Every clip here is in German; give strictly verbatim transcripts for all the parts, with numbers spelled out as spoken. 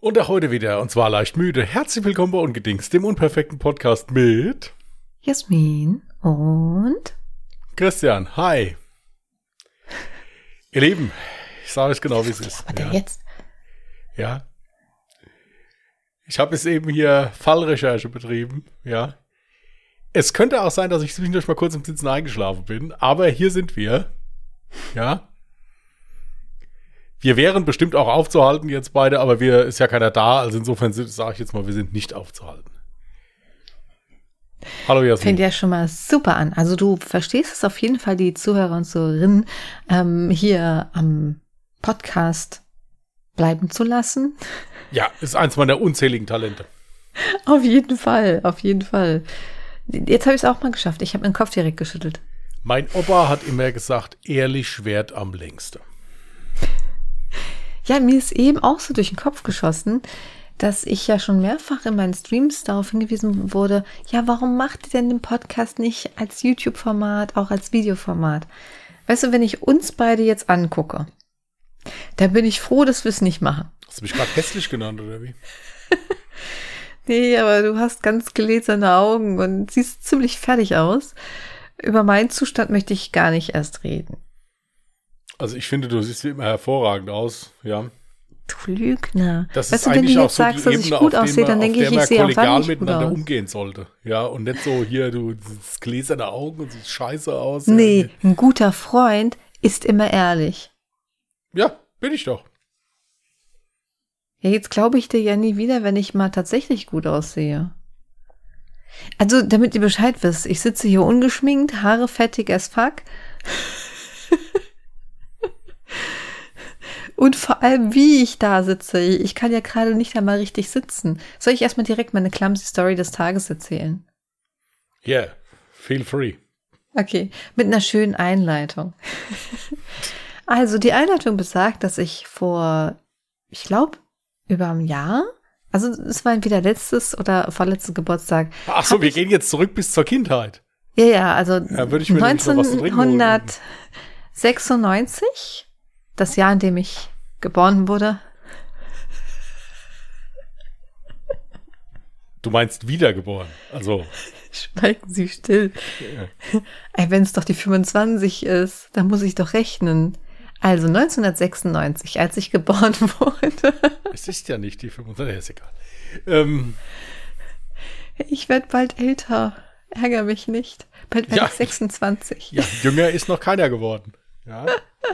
Und auch heute wieder, und zwar leicht müde. Herzlich willkommen bei Ungedingst, dem unperfekten Podcast mit Jasmin und Christian. Hi. Ihr Lieben, ich sage euch genau, wie es ist. Was ja. der jetzt? Ja. Ich habe jetzt eben hier Fallrecherche betrieben, ja. Es könnte auch sein, dass ich zwischendurch mal kurz im Sitzen eingeschlafen bin, aber hier sind wir, ja. Wir wären bestimmt auch aufzuhalten jetzt beide, aber wir ist ja keiner da, also insofern sage ich jetzt mal, wir sind nicht aufzuhalten. Hallo Jasmin. Fängt ja schon mal super an. Also du verstehst es auf jeden Fall, die Zuhörer und Zuhörerinnen ähm, hier am Podcast bleiben zu lassen. Ja, ist eins meiner unzähligen Talente. Auf jeden Fall, auf jeden Fall. Jetzt habe ich es auch mal geschafft. Ich habe meinen Kopf direkt geschüttelt. Mein Opa hat immer gesagt, ehrlich schwert am längsten. Ja, mir ist eben auch so durch den Kopf geschossen, dass ich ja schon mehrfach in meinen Streams darauf hingewiesen wurde, ja, warum macht ihr denn den Podcast nicht als YouTube-Format, auch als Videoformat? Weißt du, wenn ich uns beide jetzt angucke, da bin ich froh, dass wir es nicht machen. Hast du mich gerade hässlich genannt, oder wie? Nee, aber du hast ganz gläserne Augen und siehst ziemlich fertig aus. Über meinen Zustand möchte ich gar nicht erst reden. Also ich finde, du siehst wie immer hervorragend aus, ja. Du Lügner. Das weißt ist du, wenn eigentlich du auch jetzt so sagst, die dass ich Ebene, gut auf aussehe, der dann man, denke auf ich, der ich sehe man auch gar kollegial nicht gut miteinander aus. umgehen sollte, ja. Und nicht so hier, du siehst gläserne Augen und siehst scheiße aus. Nee, ja. ein guter Freund ist immer ehrlich. Ja, bin ich doch. Ja, jetzt glaube ich dir ja nie wieder, wenn ich mal tatsächlich gut aussehe. Also, damit ihr Bescheid wisst, ich sitze hier ungeschminkt, Haare fettig as fuck. Und vor allem, wie ich da sitze. Ich kann ja gerade nicht einmal richtig sitzen. Soll ich erstmal direkt meine clumsy Story des Tages erzählen? Yeah, feel free. Okay, mit einer schönen Einleitung. Also, die Einleitung besagt, dass ich vor, ich glaube, über einem Jahr, also es war entweder letztes oder vorletztes Geburtstag. Ach so, wir gehen jetzt zurück bis zur Kindheit. Ja, ja, also ja, würde ich mir nämlich noch was zu trinken holen. neunzehnhundertsechsundneunzig, das Jahr, in dem ich geboren wurde. Du meinst wiedergeboren, also. Schweigen Sie still. Ja. Ey, wenn es doch die fünfundzwanzig ist, dann muss ich doch rechnen. Also neunzehnhundertsechsundneunzig, als ich geboren wurde. Es ist ja nicht die fünfundzwanzig, ist egal. Ähm, ich werde bald älter. Ärger mich nicht. Bald werde ja, ich sechsundzwanzig. Ja, jünger ist noch keiner geworden. Ja.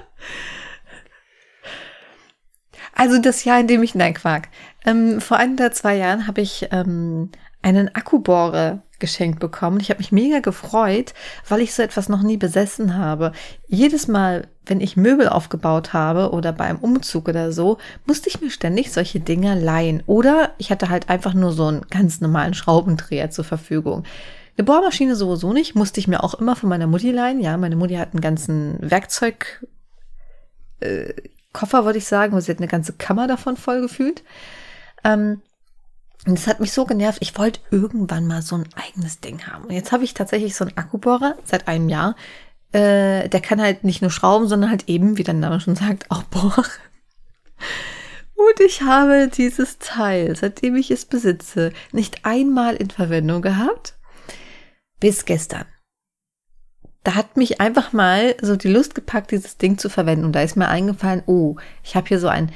Also das Jahr, in dem ich, nein, Quark. Ähm, vor ein oder zwei Jahren habe ich ähm, einen Akkubohrer geschenkt bekommen. Ich habe mich mega gefreut, weil ich so etwas noch nie besessen habe. Jedes Mal, wenn ich Möbel aufgebaut habe oder bei einem Umzug oder so, musste ich mir ständig solche Dinger leihen. Oder ich hatte halt einfach nur so einen ganz normalen Schraubendreher zur Verfügung. Eine Bohrmaschine sowieso nicht, musste ich mir auch immer von meiner Mutti leihen. Ja, meine Mutti hat einen ganzen Werkzeug äh, Koffer, würde ich sagen, und sie hat eine ganze Kammer davon voll gefühlt. Ähm, und das hat mich so genervt, ich wollte irgendwann mal so ein eigenes Ding haben. Und jetzt habe ich tatsächlich so einen Akkubohrer seit einem Jahr. Äh, der kann halt nicht nur schrauben, sondern halt eben, wie der Name schon sagt, auch bohren. Und ich habe dieses Teil, seitdem ich es besitze, nicht einmal in Verwendung gehabt. Bis gestern. Da hat mich einfach mal so die Lust gepackt, dieses Ding zu verwenden. Und da ist mir eingefallen, oh, ich habe hier so ein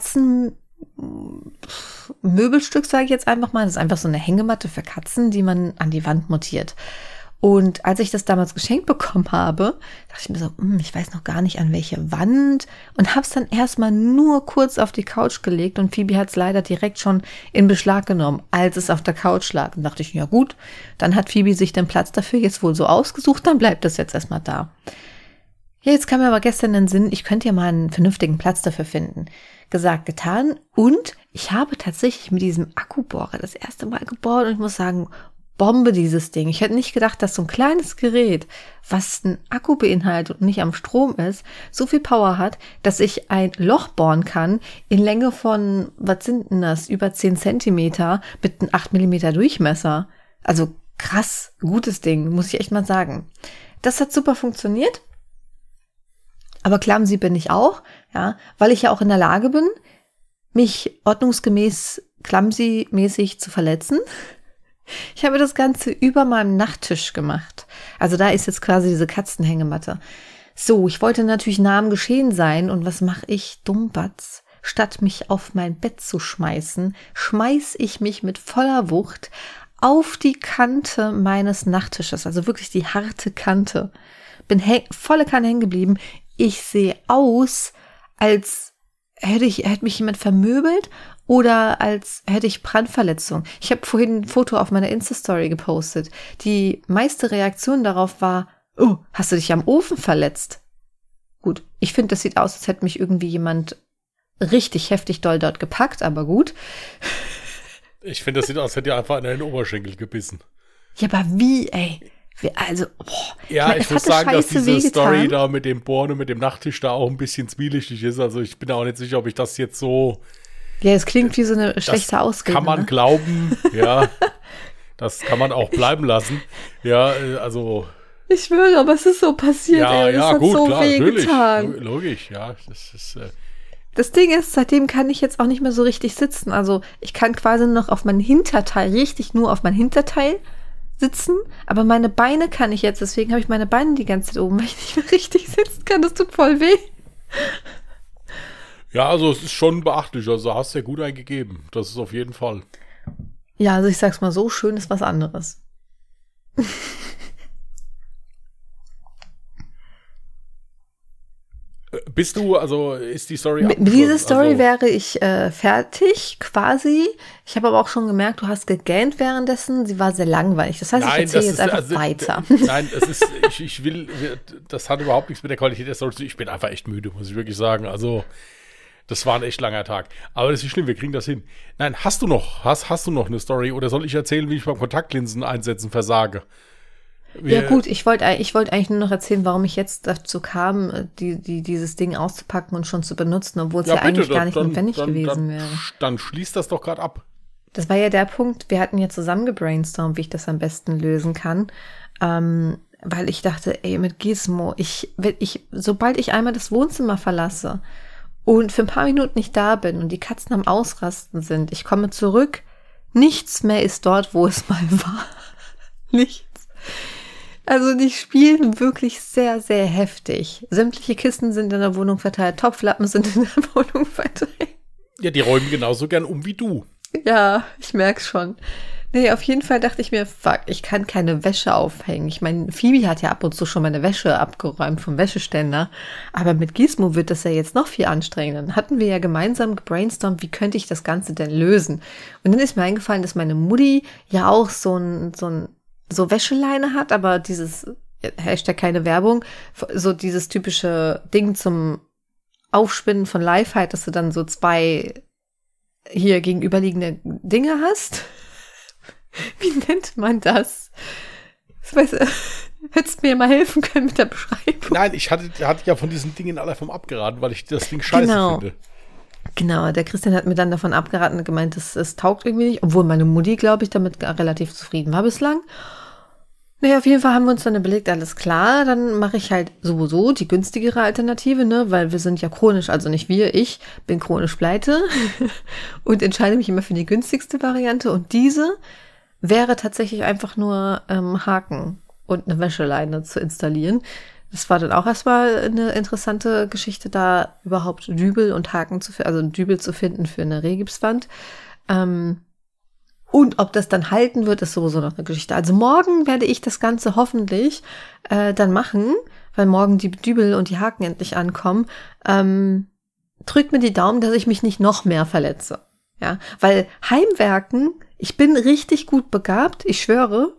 Katzenmöbelstück, sage ich jetzt einfach mal. Das ist einfach so eine Hängematte für Katzen, die man an die Wand montiert. Und als ich das damals geschenkt bekommen habe, dachte ich mir so, hm, ich weiß noch gar nicht an welche Wand. Und habe es dann erstmal nur kurz auf die Couch gelegt. Und Phoebe hat es leider direkt schon in Beschlag genommen, als es auf der Couch lag. Und dachte ich, ja gut, dann hat Phoebe sich den Platz dafür jetzt wohl so ausgesucht, dann bleibt das jetzt erstmal da. Ja, jetzt kam mir aber gestern in den Sinn, ich könnte ja mal einen vernünftigen Platz dafür finden. Gesagt, getan. Und ich habe tatsächlich mit diesem Akkubohrer das erste Mal gebohrt. Und ich muss sagen, Bombe, dieses Ding. Ich hätte nicht gedacht, dass so ein kleines Gerät, was einen Akku beinhaltet und nicht am Strom ist, so viel Power hat, dass ich ein Loch bohren kann in Länge von, was sind denn das, über zehn Zentimeter mit einem acht Millimeter Durchmesser. Also krass, gutes Ding, muss ich echt mal sagen. Das hat super funktioniert. Aber clumsy bin ich auch, ja, weil ich ja auch in der Lage bin, mich ordnungsgemäß clumsy-mäßig zu verletzen. Ich habe das Ganze über meinem Nachttisch gemacht. Also da ist jetzt quasi diese Katzenhängematte. So, ich wollte natürlich nah am Geschehen sein. Und was mache ich? Dummbatz. Statt mich auf mein Bett zu schmeißen, schmeiß ich mich mit voller Wucht auf die Kante meines Nachttisches. Also wirklich die harte Kante. Bin häng- volle Kanne hängen geblieben. Ich sehe aus, als hätte ich, hätte mich jemand vermöbelt oder als hätte ich Brandverletzung. Ich habe vorhin ein Foto auf meiner Insta-Story gepostet. Die meiste Reaktion darauf war, oh, hast du dich am Ofen verletzt? Gut, ich finde, das sieht aus, als hätte mich irgendwie jemand richtig heftig doll dort gepackt, aber gut. Ich finde, das sieht aus, als hätte ihr einfach in den Oberschenkel gebissen. Ja, aber wie, ey? Wie, also, boah. Ja, ich, mein, ich muss sagen, dass diese wehgetan. Story da mit dem Bohren und mit dem Nachttisch da auch ein bisschen zwielichtig ist. Also ich bin auch nicht sicher, ob ich das jetzt so... Ja, es klingt wie so eine schlechte das Ausrede. Kann man ne? glauben, ja. Das kann man auch bleiben lassen. Ja, also... Ich schwöre, aber es ist so passiert, Ja, ey. Das ja, hat gut, so klar, natürlich. wehgetan. Logisch, ja. Das ist... Äh, Das Ding ist, seitdem kann ich jetzt auch nicht mehr so richtig sitzen. Also ich kann quasi noch auf mein Hinterteil, richtig nur auf mein Hinterteil sitzen, aber meine Beine kann ich jetzt, deswegen habe ich meine Beine die ganze Zeit oben, weil ich nicht mehr richtig sitzen kann. Das tut voll weh. ja, also es ist schon beachtlich. Also hast du ja gut eingegeben. Das ist auf jeden Fall. Ja, also ich sag's mal so, schön ist was anderes. Bist du, also ist die Story Mit dieser Story also, wäre ich äh, fertig, quasi. Ich habe aber auch schon gemerkt, du hast gegähnt währenddessen. Sie war sehr langweilig. Das heißt, nein, ich erzähle das jetzt ist, einfach also, weiter. Nein, es ist, ich, ich will, das hat überhaupt nichts mit der Qualität der Story zu tun. Ich bin einfach echt müde, muss ich wirklich sagen. Also, das war ein echt langer Tag. Aber das ist nicht schlimm, wir kriegen das hin. Nein, hast du noch, hast, hast du noch eine Story? Oder soll ich erzählen, wie ich beim Kontaktlinsen einsetzen versage? Wir, Ja gut, ich wollte ich wollte eigentlich nur noch erzählen, warum ich jetzt dazu kam, die, die, dieses Ding auszupacken und schon zu benutzen, obwohl es ja, ja, ja bitte, eigentlich gar nicht dann, notwendig dann, gewesen dann, wäre. Dann schließt das doch gerade ab. Das war ja der Punkt, wir hatten ja zusammen gebrainstormt, wie ich das am besten lösen kann. Ähm, weil ich dachte, ey, mit Gizmo, ich, ich, sobald ich einmal das Wohnzimmer verlasse und für ein paar Minuten nicht da bin und die Katzen am Ausrasten sind, ich komme zurück, nichts mehr ist dort, wo es mal war. Nichts. Also die spielen wirklich sehr, sehr heftig. Sämtliche Kisten sind in der Wohnung verteilt, Topflappen sind in der Wohnung verteilt. Ja, die räumen genauso gern um wie du. Ja, ich merk's schon. Nee, auf jeden Fall dachte ich mir, fuck, ich kann keine Wäsche aufhängen. Ich meine, Phoebe hat ja ab und zu schon meine Wäsche abgeräumt vom Wäscheständer. Aber mit Gizmo wird das ja jetzt noch viel anstrengender. Dann hatten wir ja gemeinsam gebrainstormt, wie könnte ich das Ganze denn lösen? Und dann ist mir eingefallen, dass meine Mutti ja auch so ein, so ein, so Wäscheleine hat, aber dieses, Hashtag keine Werbung, so dieses typische Ding zum Aufspinnen von Lifehide, dass du dann so zwei hier gegenüberliegende Dinge hast. Wie nennt man das? Das weiß, hättest du mir mal helfen können mit der Beschreibung? Nein, ich hatte, hatte ja von diesen Dingen alle vom abgeraten, weil ich das Ding scheiße Genau. finde. Genau, der Christian hat mir dann davon abgeraten und gemeint, es, es taugt irgendwie nicht, obwohl meine Mutti, glaube ich, damit relativ zufrieden war bislang. Naja, auf jeden Fall haben wir uns dann überlegt, alles klar, dann mache ich halt sowieso die günstigere Alternative, ne, weil wir sind ja chronisch, also nicht wir, ich bin chronisch pleite und entscheide mich immer für die günstigste Variante und diese wäre tatsächlich einfach nur ähm, Haken und eine Wäscheleine zu installieren. Das war dann auch erstmal eine interessante Geschichte, da überhaupt Dübel und Haken zu finden, also Dübel zu finden für eine Rehgipswand. Ähm, Und ob das dann halten wird, ist sowieso noch eine Geschichte. Also morgen werde ich das Ganze hoffentlich äh, dann machen, weil morgen die Dübel und die Haken endlich ankommen. Ähm, drückt mir die Daumen, dass ich mich nicht noch mehr verletze. Ja, weil Heimwerken, ich bin richtig gut begabt, ich schwöre.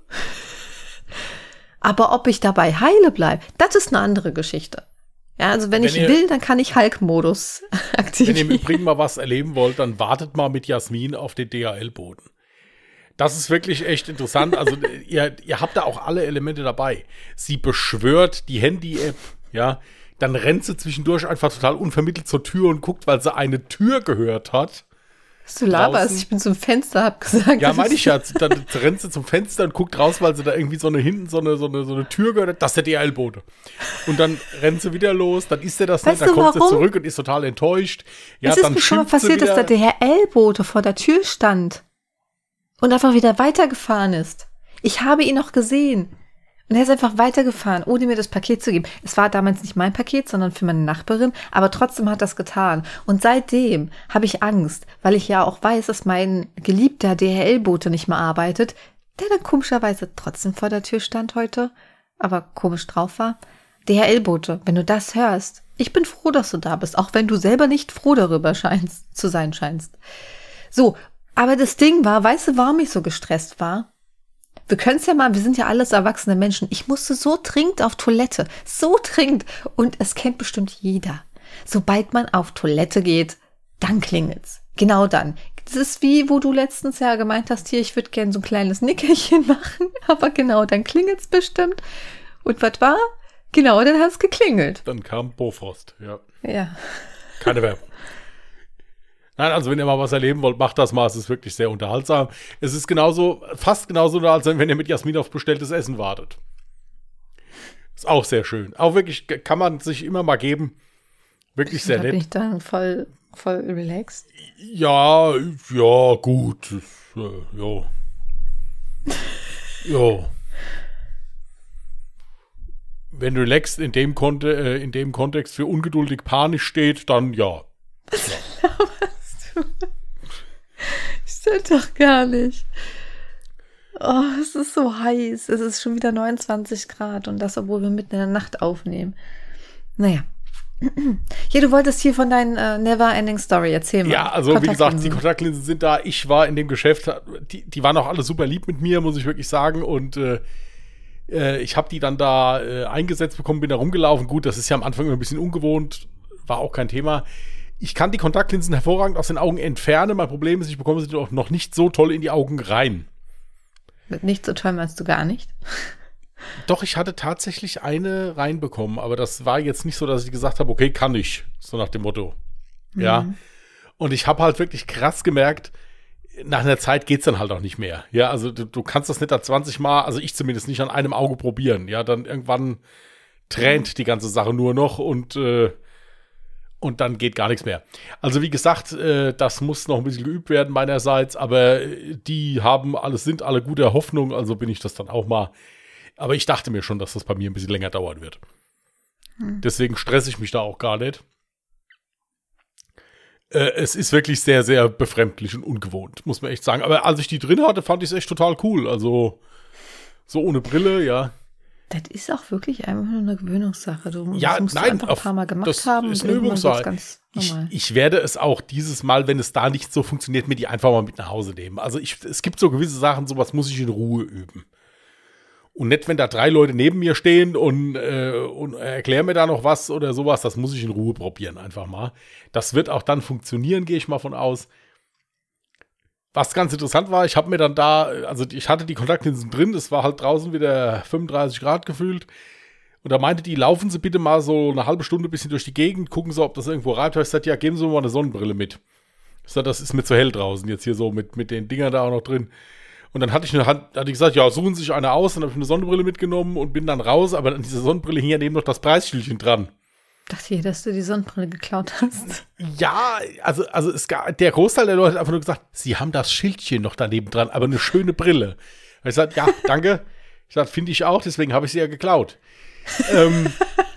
Aber ob ich dabei heile bleibe, das ist eine andere Geschichte. Ja, also wenn, wenn ich ihr, will, dann kann ich Hulk-Modus aktivieren. Wenn ihr im Übrigen mal was erleben wollt, dann wartet mal mit Jasmin auf den D H L-Boden. Das ist wirklich echt interessant. Also ihr, ihr habt da auch alle Elemente dabei. Sie beschwört die Handy-App, ja. Dann rennt sie zwischendurch einfach total unvermittelt zur Tür und guckt, weil sie eine Tür gehört hat. Du laberst, ich bin zum Fenster, hab gesagt. Ja, meine ich ja. Dann rennst du zum Fenster und guckt raus, weil sie da irgendwie so eine hinten so eine, so eine, so eine Tür gehört. Das ist der D H L-Bote. Und dann rennt sie wieder los, dann ist der das weißt nicht, dann kommt warum? sie zurück und ist total enttäuscht. Ja, es ist dann mir schon mal schimpft sie passiert, wieder. dass der D H L-Bote vor der Tür stand und einfach wieder weitergefahren ist. Ich habe ihn noch gesehen. Und er ist einfach weitergefahren, ohne mir das Paket zu geben. Es war damals nicht mein Paket, sondern für meine Nachbarin, aber trotzdem hat das getan. Und seitdem habe ich Angst, weil ich ja auch weiß, dass mein geliebter D H L-Bote nicht mehr arbeitet, der dann komischerweise trotzdem vor der Tür stand heute, aber komisch drauf war. D H L-Bote, wenn du das hörst, ich bin froh, dass du da bist, auch wenn du selber nicht froh darüber scheinst, zu sein scheinst. So, aber das Ding war, weißt du, warum ich so gestresst war? Wir können es ja mal, wir sind ja alles erwachsene Menschen. Ich musste so dringend auf Toilette, so dringend. Und es kennt bestimmt jeder. Sobald man auf Toilette geht, dann klingelt's. Genau dann. Das ist wie, wo du letztens ja gemeint hast, hier, ich würde gerne so ein kleines Nickerchen machen. Aber genau, dann klingelt's bestimmt. Und was war? Genau, dann hat's geklingelt. Dann kam Bofrost, ja. Ja. Keine Werbung. Nein, also wenn ihr mal was erleben wollt, macht das mal. Es ist wirklich sehr unterhaltsam. Es ist genauso, fast genauso, als wenn ihr mit Jasmin auf bestelltes Essen wartet. Ist auch sehr schön. Auch wirklich, kann man sich immer mal geben. Wirklich sehr da nett. Bin ich dann voll, voll relaxed? Ja, ja, gut. Das, äh, ja. Ja. Wenn relaxed in dem, Konte, äh, in dem Kontext für ungeduldig panisch steht, dann ja. ja. Stimmt doch gar nicht. Oh, es ist so heiß. Es ist schon wieder neunundzwanzig Grad und das, obwohl wir mitten in der Nacht aufnehmen. Naja. Ja, du wolltest hier von deinen äh, Never-Ending Story erzählen. Ja, also wie gesagt, die Kontaktlinsen sind da. Ich war in dem Geschäft, die, die waren auch alle super lieb mit mir, muss ich wirklich sagen. Und äh, äh, ich habe die dann da äh, eingesetzt bekommen, bin da rumgelaufen. Gut, das ist ja am Anfang immer ein bisschen ungewohnt, war auch kein Thema. Ich kann die Kontaktlinsen hervorragend aus den Augen entfernen. Mein Problem ist, ich bekomme sie auch noch nicht so toll in die Augen rein. Nicht so toll meinst du gar nicht? Doch, ich hatte tatsächlich eine reinbekommen, aber das war jetzt nicht so, dass ich gesagt habe, okay, kann ich, so nach dem Motto. Mhm. Ja. Und ich habe halt wirklich krass gemerkt, nach einer Zeit geht's dann halt auch nicht mehr. Ja, also du, du kannst das nicht da zwanzig Mal, also ich zumindest nicht an einem Auge probieren. Ja, dann irgendwann tränt die ganze Sache nur noch und äh, Und dann geht gar nichts mehr. Also wie gesagt, äh, das muss noch ein bisschen geübt werden meinerseits, aber die haben alles, sind alle guter Hoffnung, also bin ich das dann auch mal. Aber ich dachte mir schon, dass das bei mir ein bisschen länger dauern wird. Hm. Deswegen stresse ich mich da auch gar nicht. Äh, es ist wirklich sehr, sehr befremdlich und ungewohnt, muss man echt sagen. Aber als ich die drin hatte, fand ich es echt total cool. Also so ohne Brille, ja. Das ist auch wirklich einfach nur eine Gewöhnungssache. Du ja, musst nein, einfach ein paar Mal gemacht das haben. ist eine Übungssache. Ganz ich, ich werde es auch dieses Mal, wenn es da nicht so funktioniert, mir die einfach mal mit nach Hause nehmen. Also ich, es gibt so gewisse Sachen, sowas muss ich in Ruhe üben. Und nicht, wenn da drei Leute neben mir stehen und, äh, und erklären mir da noch was oder sowas, das muss ich in Ruhe probieren einfach mal. Das wird auch dann funktionieren, gehe ich mal von aus. Was ganz interessant war, ich habe mir dann da, also ich hatte die Kontaktlinsen drin, es war halt draußen wieder fünfunddreißig Grad gefühlt. Und da meinte die, laufen Sie bitte mal so eine halbe Stunde ein bisschen durch die Gegend, gucken Sie, ob das irgendwo reibt. Ich sagte, ja, geben Sie mir mal eine Sonnenbrille mit. Ich sagte, das ist mir zu hell draußen, jetzt hier so mit, mit den Dingern da auch noch drin. Und dann hatte ich, eine, hatte ich gesagt, ja, suchen Sie sich eine aus. Dann habe ich eine Sonnenbrille mitgenommen und bin dann raus. Aber an dieser Sonnenbrille hing ja neben noch das Preisschildchen dran. Dachte ich, dass du die Sonnenbrille geklaut hast. Ja, also, also es gab, der Großteil der Leute hat einfach nur gesagt, sie haben das Schildchen noch daneben dran, aber eine schöne Brille. Und ich sagte, ja, danke. Ich sagte, finde ich auch, deswegen habe ich sie ja geklaut. ähm,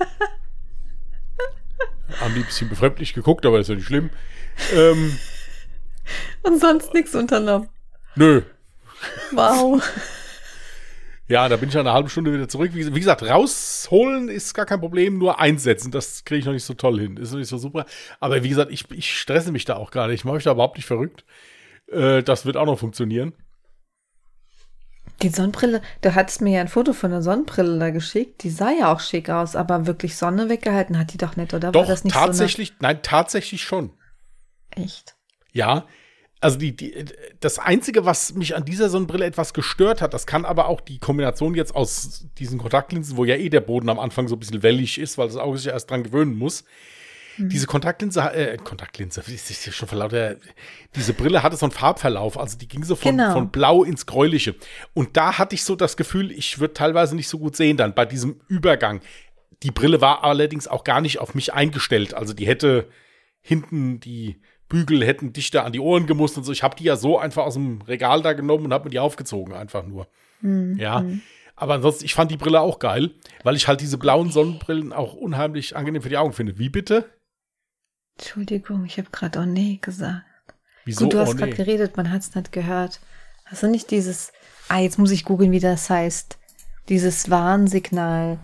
haben die ein bisschen befremdlich geguckt, aber ist ja nicht schlimm. Ähm, Und sonst nichts unternommen. Nö. Wow. Ja, da bin ich nach einer halben Stunde wieder zurück. Wie, wie gesagt, rausholen ist gar kein Problem, nur einsetzen, das kriege ich noch nicht so toll hin. Ist noch nicht so super. Aber wie gesagt, ich, ich stresse mich da auch gar nicht. Ich mache mich da überhaupt nicht verrückt. Äh, das wird auch noch funktionieren. Die Sonnenbrille, du hattest mir ja ein Foto von der Sonnenbrille da geschickt. Die sah ja auch schick aus, aber wirklich Sonne weggehalten hat die doch nicht, oder? Doch, war das nicht tatsächlich, so eine... nein, tatsächlich schon. Echt? Ja, also die, die, das Einzige, was mich an dieser Sonnenbrille etwas gestört hat, das kann aber auch die Kombination jetzt aus diesen Kontaktlinsen, wo ja eh der Boden am Anfang so ein bisschen wellig ist, weil das Auge sich ja erst dran gewöhnen muss. Mhm. Diese Kontaktlinse, äh, Kontaktlinse, ist das schon verlauter, diese Brille hatte so einen Farbverlauf, also die ging so von, genau. von blau ins Gräuliche. Und da hatte ich so das Gefühl, ich würde teilweise nicht so gut sehen dann bei diesem Übergang. Die Brille war allerdings auch gar nicht auf mich eingestellt, also die hätte hinten die Bügel hätten dichter an die Ohren gemusst und so. Ich habe die ja so einfach aus dem Regal da genommen und habe mir die aufgezogen, einfach nur. Mhm. Ja, aber ansonsten, ich fand die Brille auch geil, weil ich halt diese blauen Sonnenbrillen auch unheimlich angenehm für die Augen finde. Wie bitte? Entschuldigung, ich habe gerade oh nee gesagt. Wieso Gut, du oh hast nee? gerade geredet, man hat es nicht gehört. Hast du nicht dieses, ah, jetzt muss ich googeln, wie das heißt, dieses Warnsignal.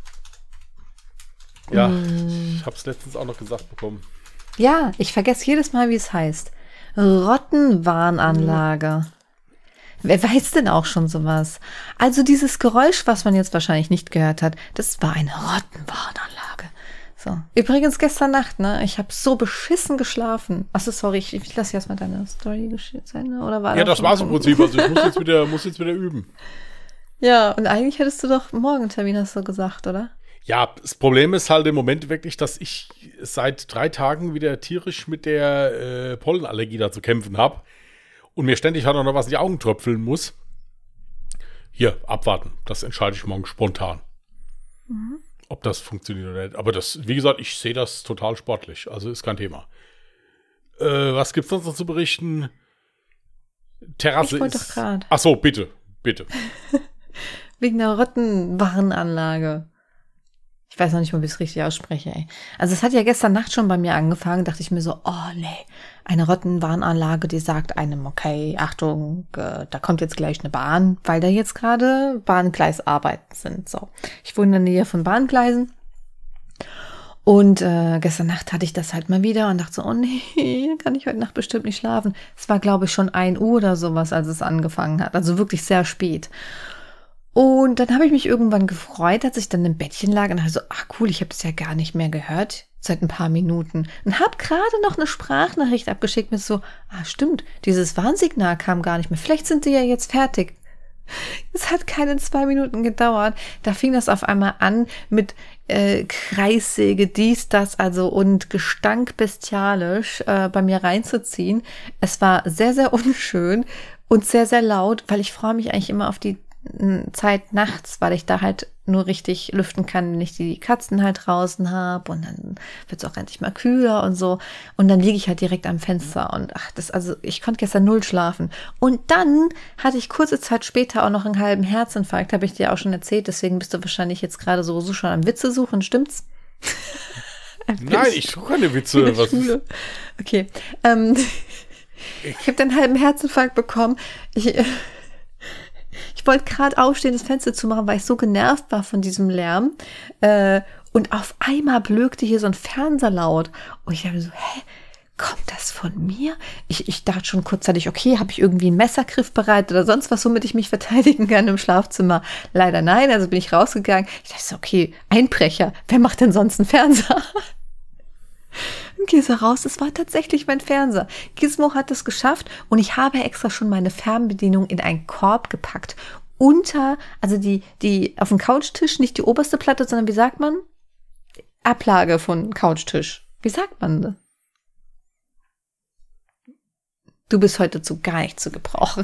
Ja, mm. ich habe es letztens auch noch gesagt bekommen. Ja, ich vergesse jedes Mal, wie es heißt. Rottenwarnanlage. Mhm. Wer weiß denn auch schon sowas? Also dieses Geräusch, was man jetzt wahrscheinlich nicht gehört hat, das war eine Rottenwarnanlage. So. Übrigens gestern Nacht, ne? Ich habe so beschissen geschlafen. Achso, sorry, ich, ich lasse jetzt mal deine Story sein, oder war Ja, das, das war's im Prinzip. Also ich muss jetzt wieder, muss jetzt wieder üben. Ja, und eigentlich hättest du doch morgen einen Termin, hast du gesagt, oder? Ja, das Problem ist halt im Moment wirklich, dass ich seit drei Tagen wieder tierisch mit der äh, Pollenallergie da zu kämpfen habe und mir ständig halt auch noch was in die Augen tröpfeln muss. Hier, abwarten. Das entscheide ich morgen spontan. Mhm. Ob das funktioniert oder nicht. Aber das, wie gesagt, ich sehe das total sportlich. Also ist kein Thema. Äh, was gibt's sonst noch zu berichten? Terrasse ich wollte ist... doch gerade. Ach so, bitte, bitte. Wegen der Rottenwarnanlage. Ich weiß noch nicht mal, wie ich es richtig ausspreche, ey. Also es hat ja gestern Nacht schon bei mir angefangen, dachte ich mir so, oh nee, eine Rottenwarnanlage, die sagt einem, okay, Achtung, äh, da kommt jetzt gleich eine Bahn, weil da jetzt gerade Bahngleisarbeiten sind. So, ich wohne in der Nähe von Bahngleisen und äh, gestern Nacht hatte ich das halt mal wieder und dachte so, oh nee, kann ich heute Nacht bestimmt nicht schlafen. Es war, glaube ich, schon ein Uhr oder sowas, als es angefangen hat, also wirklich sehr spät. Und dann habe ich mich irgendwann gefreut, als ich dann im Bettchen lag und dachte so, ach cool, ich habe das ja gar nicht mehr gehört seit ein paar Minuten. Und habe gerade noch eine Sprachnachricht abgeschickt mit so, ah stimmt, dieses Warnsignal kam gar nicht mehr. Vielleicht sind die ja jetzt fertig. Es hat keine zwei Minuten gedauert. Da fing das auf einmal an mit äh, Kreissäge, dies, das, also und Gestank bestialisch äh, bei mir reinzuziehen. Es war sehr, sehr unschön und sehr, sehr laut, weil ich freue mich eigentlich immer auf die Zeit nachts, weil ich da halt nur richtig lüften kann, wenn ich die Katzen halt draußen habe und dann wird es auch endlich mal kühler und so und dann liege ich halt direkt am Fenster und ach, das, also ich konnte gestern null schlafen und dann hatte ich kurze Zeit später auch noch einen halben Herzinfarkt, habe ich dir auch schon erzählt, deswegen bist du wahrscheinlich jetzt gerade sowieso schon am Witze suchen, stimmt's? Nein, ich suche keine Witze. Was ist? Okay, ähm, ich habe den halben Herzinfarkt bekommen, ich Ich wollte gerade aufstehen, das Fenster zu machen, weil ich so genervt war von diesem Lärm. Äh, und auf einmal blökte hier so ein Fernseher laut. Und ich dachte so, hä, kommt das von mir? Ich, ich dachte schon kurzzeitig, okay, habe ich irgendwie einen Messergriff bereit oder sonst was, womit ich mich verteidigen kann im Schlafzimmer? Leider nein, also bin ich rausgegangen. Ich dachte so, okay, Einbrecher, wer macht denn sonst einen Fernseher? Und gehe so raus, es war tatsächlich mein Fernseher. Gizmo hat es geschafft und ich habe extra schon meine Fernbedienung in einen Korb gepackt. Unter, also die, die auf dem Couchtisch, nicht die oberste Platte, sondern wie sagt man? Ablage von Couchtisch. Wie sagt man das? Du bist heute zu gar nicht zu gebrauchen.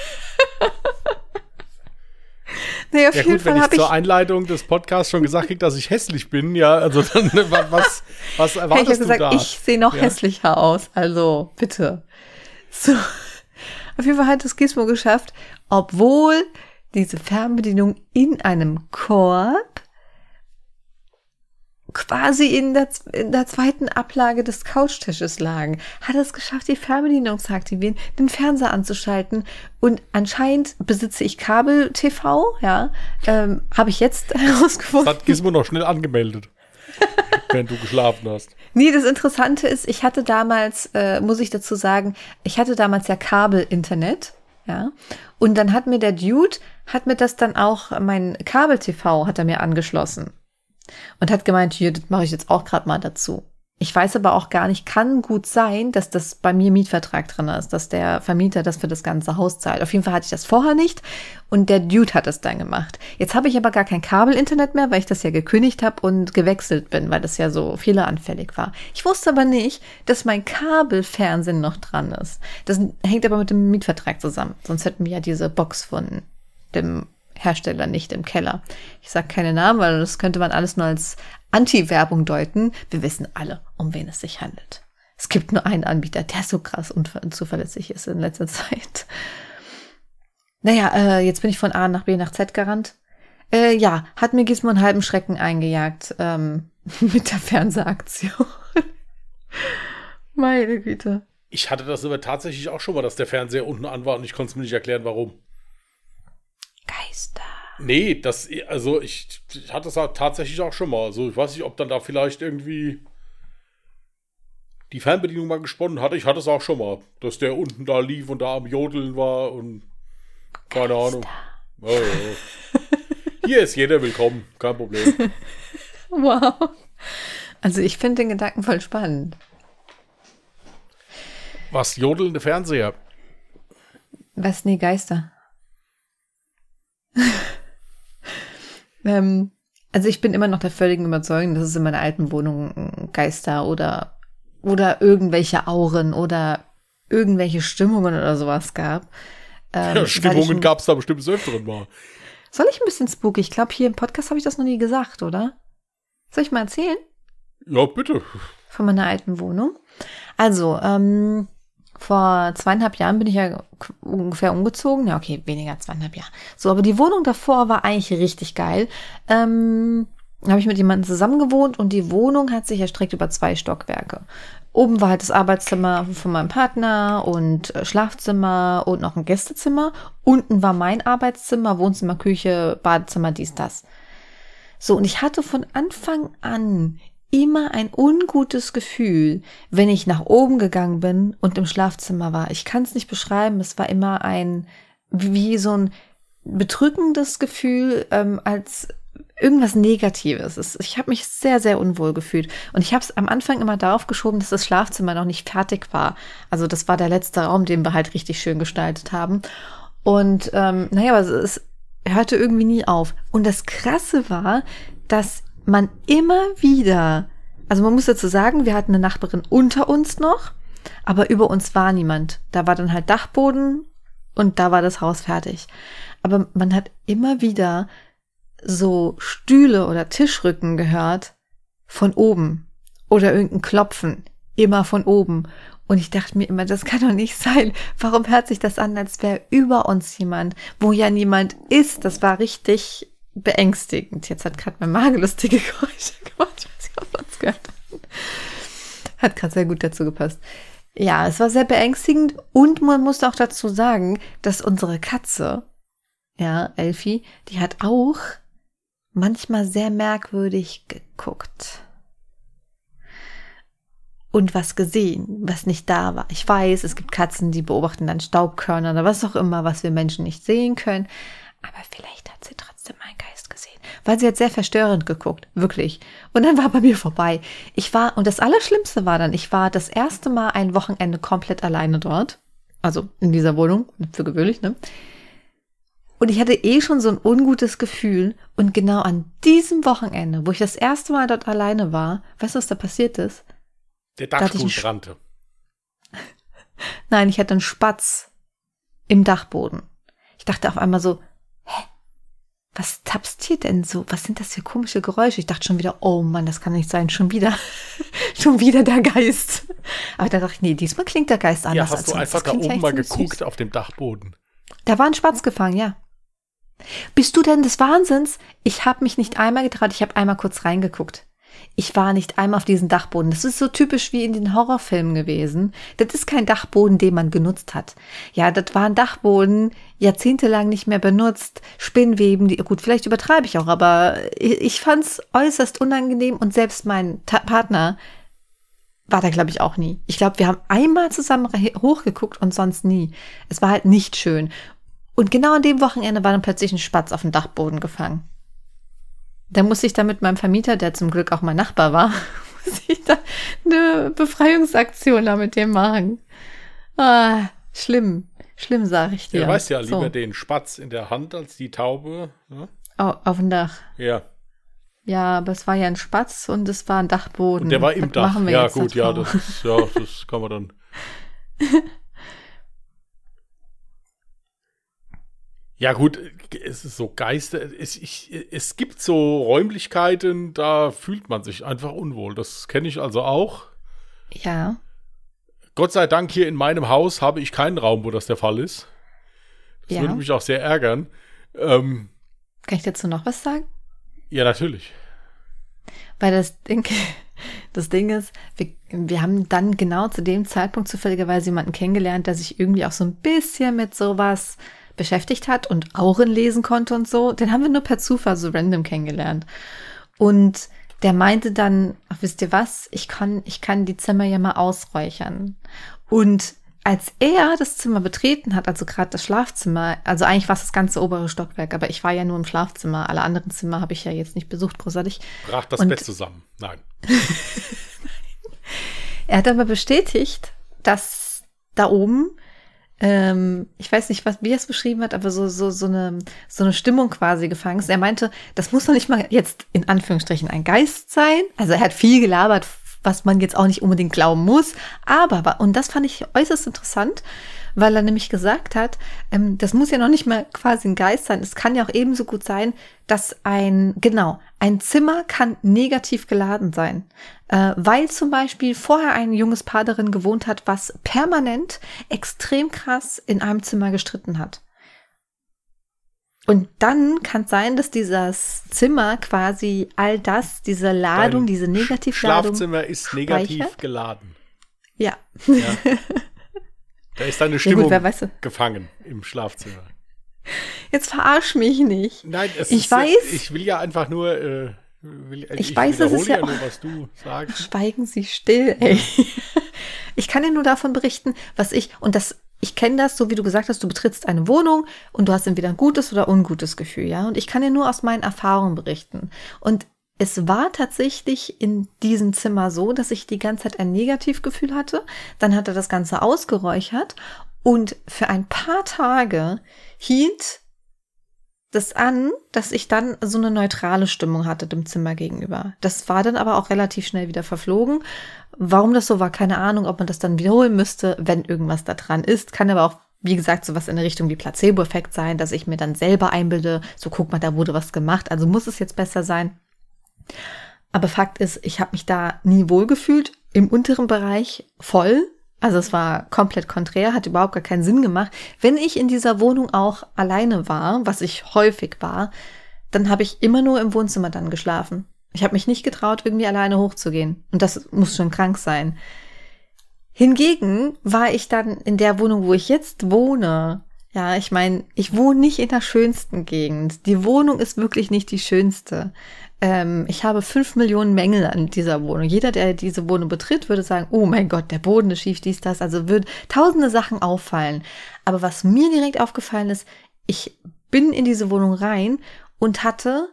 Nee, auf ja jeden gut, Fall wenn ich ich zur Einleitung des Podcasts schon gesagt kriege, dass ich hässlich bin, ja, also dann, was, was erwartest ich du gesagt, da? Ich sehe noch ja? hässlicher aus, also bitte. So, auf jeden Fall hat es Gizmo geschafft, obwohl diese Fernbedienung in einem Korb quasi in der, in der zweiten Ablage des Couchtisches lagen, hat es geschafft, die Fernbedienung zu aktivieren, den Fernseher anzuschalten und anscheinend besitze ich Kabel-T V, ja, ähm, habe ich jetzt herausgefunden. Das hat Gizmo noch schnell angemeldet, während du geschlafen hast. Nee, das Interessante ist, ich hatte damals, äh, muss ich dazu sagen, ich hatte damals ja Kabel-Internet, ja, und dann hat mir der Dude, hat mir das dann auch, mein Kabel-T V hat er mir angeschlossen. Und hat gemeint, hier, das mache ich jetzt auch gerade mal dazu. Ich weiß aber auch gar nicht, kann gut sein, dass das bei mir Mietvertrag drin ist, dass der Vermieter das für das ganze Haus zahlt. Auf jeden Fall hatte ich das vorher nicht und der Dude hat es dann gemacht. Jetzt habe ich aber gar kein Kabelinternet mehr, weil ich das ja gekündigt habe und gewechselt bin, weil das ja so fehleranfällig war. Ich wusste aber nicht, dass mein Kabelfernsehen noch dran ist. Das hängt aber mit dem Mietvertrag zusammen. Sonst hätten wir ja diese Box von dem Hersteller nicht im Keller. Ich sage keine Namen, weil das könnte man alles nur als Anti-Werbung deuten. Wir wissen alle, um wen es sich handelt. Es gibt nur einen Anbieter, der so krass unzuverlässig ist in letzter Zeit. Naja, äh, jetzt bin ich von A nach B nach Z gerannt. Äh, ja, hat mir Gizmo einen halben Schrecken eingejagt ähm, mit der Fernsehaktion. Meine Güte. Ich hatte das aber tatsächlich auch schon mal, dass der Fernseher unten an war und ich konnte es mir nicht erklären, warum. Geister. Nee, das, also ich, ich hatte es halt tatsächlich auch schon mal. Also ich weiß nicht, ob dann da vielleicht irgendwie die Fernbedienung mal gesponnen hatte. Ich hatte es auch schon mal, dass der unten da lief und da am Jodeln war und keine Geister. Ahnung. Oh, ja. Hier ist jeder willkommen, kein Problem. Wow. Also ich finde den Gedanken voll spannend. Was, jodelnde Fernseher? Was, nee, Geister. ähm, also ich bin immer noch der völligen Überzeugung, dass es in meiner alten Wohnung Geister oder, oder irgendwelche Auren oder irgendwelche Stimmungen oder sowas gab. Ähm, ja, Stimmungen gab es da bestimmt des Öfteren mal. Soll ich ein bisschen spooky? Ich glaube, hier im Podcast habe ich das noch nie gesagt, oder? Soll ich mal erzählen? Ja, bitte. Von meiner alten Wohnung. Also, ähm, vor zweieinhalb Jahren bin ich ja ungefähr umgezogen. Ja, okay, weniger zweieinhalb Jahre. So, aber die Wohnung davor war eigentlich richtig geil. Ähm, da habe ich mit jemandem zusammen gewohnt und die Wohnung hat sich erstreckt über zwei Stockwerke. Oben war halt das Arbeitszimmer von meinem Partner und Schlafzimmer und noch ein Gästezimmer. Unten war mein Arbeitszimmer, Wohnzimmer, Küche, Badezimmer, dies, das. So, und ich hatte von Anfang an immer ein ungutes Gefühl, wenn ich nach oben gegangen bin und im Schlafzimmer war. Ich kann es nicht beschreiben, es war immer ein, wie so ein bedrückendes Gefühl, ähm, als irgendwas Negatives. Ich habe mich sehr, sehr unwohl gefühlt. Und ich habe es am Anfang immer darauf geschoben, dass das Schlafzimmer noch nicht fertig war. Also das war der letzte Raum, den wir halt richtig schön gestaltet haben. Und ähm, naja, aber es hörte irgendwie nie auf. Und das Krasse war, dass man immer wieder, also man muss dazu sagen, wir hatten eine Nachbarin unter uns noch, aber über uns war niemand. Da war dann halt Dachboden und da war das Haus fertig. Aber man hat immer wieder so Stühle oder Tischrücken gehört von oben oder irgendein Klopfen, immer von oben. Und ich dachte mir immer, das kann doch nicht sein. Warum hört sich das an, als wäre über uns jemand, wo ja niemand ist? Das war richtig beängstigend. Jetzt hat gerade mein Magen lustige Geräusche gemacht. Ich weiß nicht, ob man es gehört hat. Hat gerade sehr gut dazu gepasst. Ja, es war sehr beängstigend und man muss auch dazu sagen, dass unsere Katze, ja, Elfie, die hat auch manchmal sehr merkwürdig geguckt. Und was gesehen, was nicht da war. Ich weiß, es gibt Katzen, die beobachten dann Staubkörner oder was auch immer, was wir Menschen nicht sehen können. Aber vielleicht hat sie trotzdem einen Geist gesehen. Weil sie hat sehr verstörend geguckt. Wirklich. Und dann war bei mir vorbei. Ich war, und das Allerschlimmste war dann, ich war das erste Mal ein Wochenende komplett alleine dort. Also in dieser Wohnung. Für gewöhnlich, ne? Und ich hatte eh schon so ein ungutes Gefühl. Und genau an diesem Wochenende, wo ich das erste Mal dort alleine war, weißt du, was da passiert ist? Der Dachstuhl brannte. Nein, ich hatte einen Spatz im Dachboden. Ich dachte auf einmal so, hä, was tappst hier denn so? Was sind das für komische Geräusche? Ich dachte schon wieder, oh Mann, das kann nicht sein. Schon wieder, schon wieder der Geist. Aber da dachte ich, nee, diesmal klingt der Geist anders. Ja, hast du einfach da oben mal geguckt auf dem Dachboden? Da war ein Spatz gefangen, ja. Bist du denn des Wahnsinns? Ich habe mich nicht einmal getraut, ich habe einmal kurz reingeguckt. Ich war nicht einmal auf diesen Dachboden. Das ist so typisch wie in den Horrorfilmen gewesen. Das ist kein Dachboden, den man genutzt hat. Ja, das war ein Dachboden, jahrzehntelang nicht mehr benutzt. Spinnweben, die, gut, vielleicht übertreibe ich auch, aber ich, ich fand es äußerst unangenehm und selbst mein Ta- Partner war da, glaube ich, auch nie. Ich glaube, wir haben einmal zusammen hochgeguckt und sonst nie. Es war halt nicht schön. Und genau an dem Wochenende war dann plötzlich ein Spatz auf dem Dachboden gefangen. Da musste ich dann mit meinem Vermieter, der zum Glück auch mein Nachbar war, muss ich da eine Befreiungsaktion da mit dem machen. Ah, schlimm. Schlimm, sag ich dir. Ja, du weißt ja, lieber so. den Spatz in der Hand als die Taube. Ne? Au, auf dem Dach. Ja. Ja, aber es war ja ein Spatz und es war ein Dachboden. Und der war im Was Dach. machen wir Ja, jetzt gut, da ja drauf? das, ist, ja, das kann man dann. Ja, gut, es ist so Geister. Es, ich, es gibt so Räumlichkeiten, da fühlt man sich einfach unwohl. Das kenne ich also auch. Ja. Gott sei Dank hier in meinem Haus habe ich keinen Raum, wo das der Fall ist. Das Ja. würde mich auch sehr ärgern. Ähm, Kann ich dazu noch was sagen? ja, natürlich. Weil das Ding, das Ding ist, wir, wir haben dann genau zu dem Zeitpunkt zufälligerweise jemanden kennengelernt, der sich irgendwie auch so ein bisschen mit sowas beschäftigt hat und Auren lesen konnte und so. Den haben wir nur per Zufall so random kennengelernt. Und der meinte dann, ach, wisst ihr was, ich kann, ich kann die Zimmer ja mal ausräuchern. Und als er das Zimmer betreten hat, also gerade das Schlafzimmer, also eigentlich war es das ganze obere Stockwerk, aber ich war ja nur im Schlafzimmer. Alle anderen Zimmer habe ich ja jetzt nicht besucht, großartig. Brach das Und Bett zusammen. Nein. Er hat aber bestätigt, dass da oben, ähm, ich weiß nicht, was, wie er es beschrieben hat, aber so, so, so eine, so eine Stimmung quasi gefangen ist. Er meinte, das muss doch nicht mal jetzt in Anführungsstrichen ein Geist sein. Also er hat viel gelabert, was man jetzt auch nicht unbedingt glauben muss. Aber, und das fand ich äußerst interessant, weil er nämlich gesagt hat, ähm, das muss ja noch nicht mal quasi ein Geist sein. Es kann ja auch ebenso gut sein, dass ein, genau, ein Zimmer kann negativ geladen sein. Äh, weil zum Beispiel vorher ein junges Paar darin gewohnt hat, was permanent extrem krass in einem Zimmer gestritten hat. Und dann kann es sein, dass dieses Zimmer quasi all das, diese Ladung, Dein diese Negativladung Schlafzimmer ist negativ speichert. geladen. Ja. Ja. Da ist deine Ja Stimmung gut, wer weiß. gefangen im Schlafzimmer. Jetzt verarsch mich nicht. Nein, es Ich ist, weiß- ich will ja einfach nur, äh, will, Ich weiß, es wiederhole ist ja ja auch- nur, was du sagst. Schweigen Sie still, ey. Ich kann dir nur davon berichten, was ich, und das, ich kenne das, so wie du gesagt hast, du betrittst eine Wohnung und du hast entweder ein gutes oder ungutes Gefühl, ja. Und ich kann dir nur aus meinen Erfahrungen berichten. Und es war tatsächlich in diesem Zimmer so, dass ich die ganze Zeit ein Negativgefühl hatte. Dann hat er das Ganze ausgeräuchert und für ein paar Tage hielt das an, dass ich dann so eine neutrale Stimmung hatte dem Zimmer gegenüber. Das war dann aber auch relativ schnell wieder verflogen. Warum das so war, keine Ahnung, ob man das dann wiederholen müsste, wenn irgendwas da dran ist. Kann aber auch, wie gesagt, sowas in der Richtung wie Placebo-Effekt sein, dass ich mir dann selber einbilde, so guck mal, da wurde was gemacht, also muss es jetzt besser sein. Aber Fakt ist, ich habe mich da nie wohlgefühlt, im unteren Bereich voll. Also es war komplett konträr, hat überhaupt gar keinen Sinn gemacht. Wenn ich in dieser Wohnung auch alleine war, was ich häufig war, dann habe ich immer nur im Wohnzimmer dann geschlafen. Ich habe mich nicht getraut, irgendwie alleine hochzugehen. Und das muss schon krank sein. Hingegen war ich dann in der Wohnung, wo ich jetzt wohne. Ja, ich meine, ich wohne nicht in der schönsten Gegend. Die Wohnung ist wirklich nicht die schönste. Ähm, ich habe fünf Millionen Mängel an dieser Wohnung. Jeder, der diese Wohnung betritt, würde sagen, oh mein Gott, der Boden ist schief, dies, das. Also würden tausende Sachen auffallen. Aber was mir direkt aufgefallen ist, ich bin in diese Wohnung rein und hatte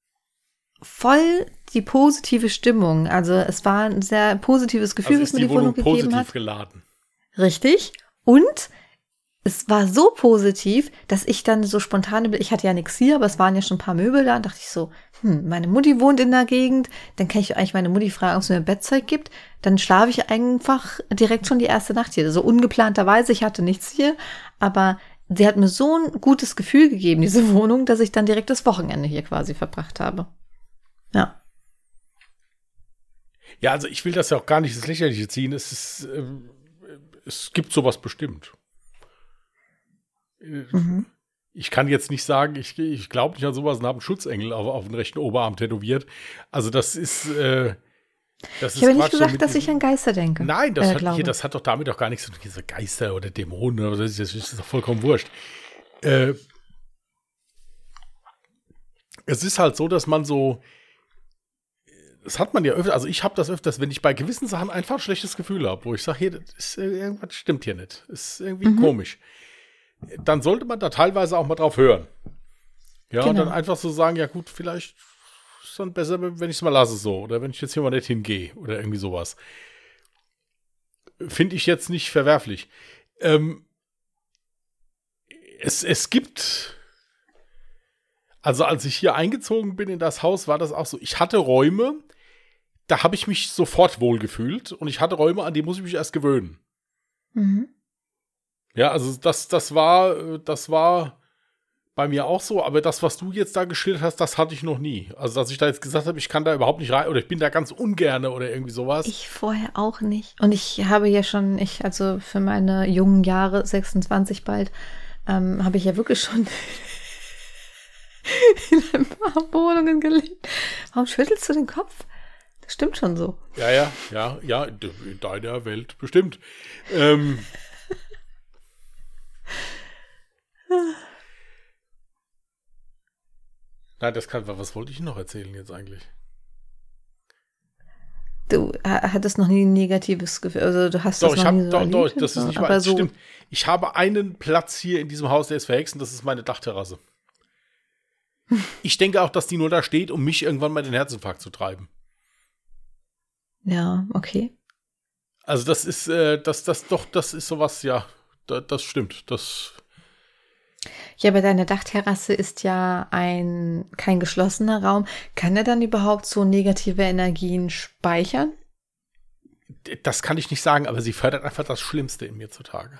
voll die positive Stimmung. Also es war ein sehr positives Gefühl, Also was ist mir die die Wohnung Wohnung gegeben positiv hat. geladen. Richtig. Und es war so positiv, dass ich dann so spontane, ich hatte ja nichts hier, aber es waren ja schon ein paar Möbel da, und dachte ich so, hm, meine Mutti wohnt in der Gegend, dann kann ich eigentlich meine Mutti fragen, ob es mir ein Bettzeug gibt, dann schlafe ich einfach direkt schon die erste Nacht hier. So ungeplanterweise, ich hatte nichts hier, aber sie hat mir so ein gutes Gefühl gegeben, diese Wohnung, dass ich dann direkt das Wochenende hier quasi verbracht habe. Ja. Ja, also ich will das ja auch gar nicht ins Lächerliche ziehen. Es ist, ähm, es gibt sowas bestimmt. Mhm. Ich kann jetzt nicht sagen, ich, ich glaube nicht an sowas und habe einen Schutzengel auf, auf den rechten Oberarm tätowiert. Also das ist, äh, das Ich ist habe nicht Quatsch, so gesagt, mit dass ich diesem- an Geister denke. Nein, das, äh, hat, glaube. hier, das hat doch damit auch gar nichts zu tun. Diese Geister oder Dämonen oder so, das ist, das ist doch vollkommen wurscht. Äh, es ist halt so, dass man so, das hat man ja öfter, also ich habe das öfters, wenn ich bei gewissen Sachen einfach ein schlechtes Gefühl habe, wo ich sage, hier, das ist, äh, irgendwas stimmt hier nicht. Ist irgendwie Mhm. komisch. Dann sollte man da teilweise auch mal drauf hören. Ja, und Genau. dann einfach so sagen, ja gut, vielleicht ist dann besser, wenn ich es mal lasse so. Oder wenn ich jetzt hier mal nicht hingehe. Oder irgendwie sowas. Finde ich jetzt nicht verwerflich. Ähm, es, es gibt, also als ich hier eingezogen bin in das Haus, war das auch so. Ich hatte Räume, da habe ich mich sofort wohl gefühlt. Und ich hatte Räume, an die muss ich mich erst gewöhnen. Mhm. Ja, also das, das war, das war bei mir auch so, aber das, was du jetzt da geschildert hast, das hatte ich noch nie. Also, dass ich da jetzt gesagt habe, ich kann da überhaupt nicht rein oder ich bin da ganz ungerne oder irgendwie sowas. Ich vorher auch nicht. Und ich habe ja schon, ich, also für meine jungen Jahre, sechsundzwanzig bald, ähm, habe ich ja wirklich schon in ein paar Wohnungen gelebt. Warum schüttelst du den Kopf? Das stimmt schon so. Ja, ja, ja, ja, in deiner Welt bestimmt. Ähm. Nein, das kann, was wollte ich noch erzählen jetzt eigentlich? Du hattest noch nie ein negatives Gefühl, also du hast doch, das ich noch hab, nie so doch, erlebt, doch, das ist nicht aber wahr. so Stimmt. Ich habe einen Platz hier in diesem Haus, der ist verhext und das ist meine Dachterrasse. Ich denke auch, dass die nur da steht, um mich irgendwann mal den Herzinfarkt zu treiben. Ja, okay. Also das ist, äh, das, das, doch, das ist sowas, ja, da, das stimmt, das... Ja, aber deine Dachterrasse ist ja ein kein geschlossener Raum. Kann er dann überhaupt so negative Energien speichern? Das kann ich nicht sagen, aber sie fördert einfach das Schlimmste in mir zutage.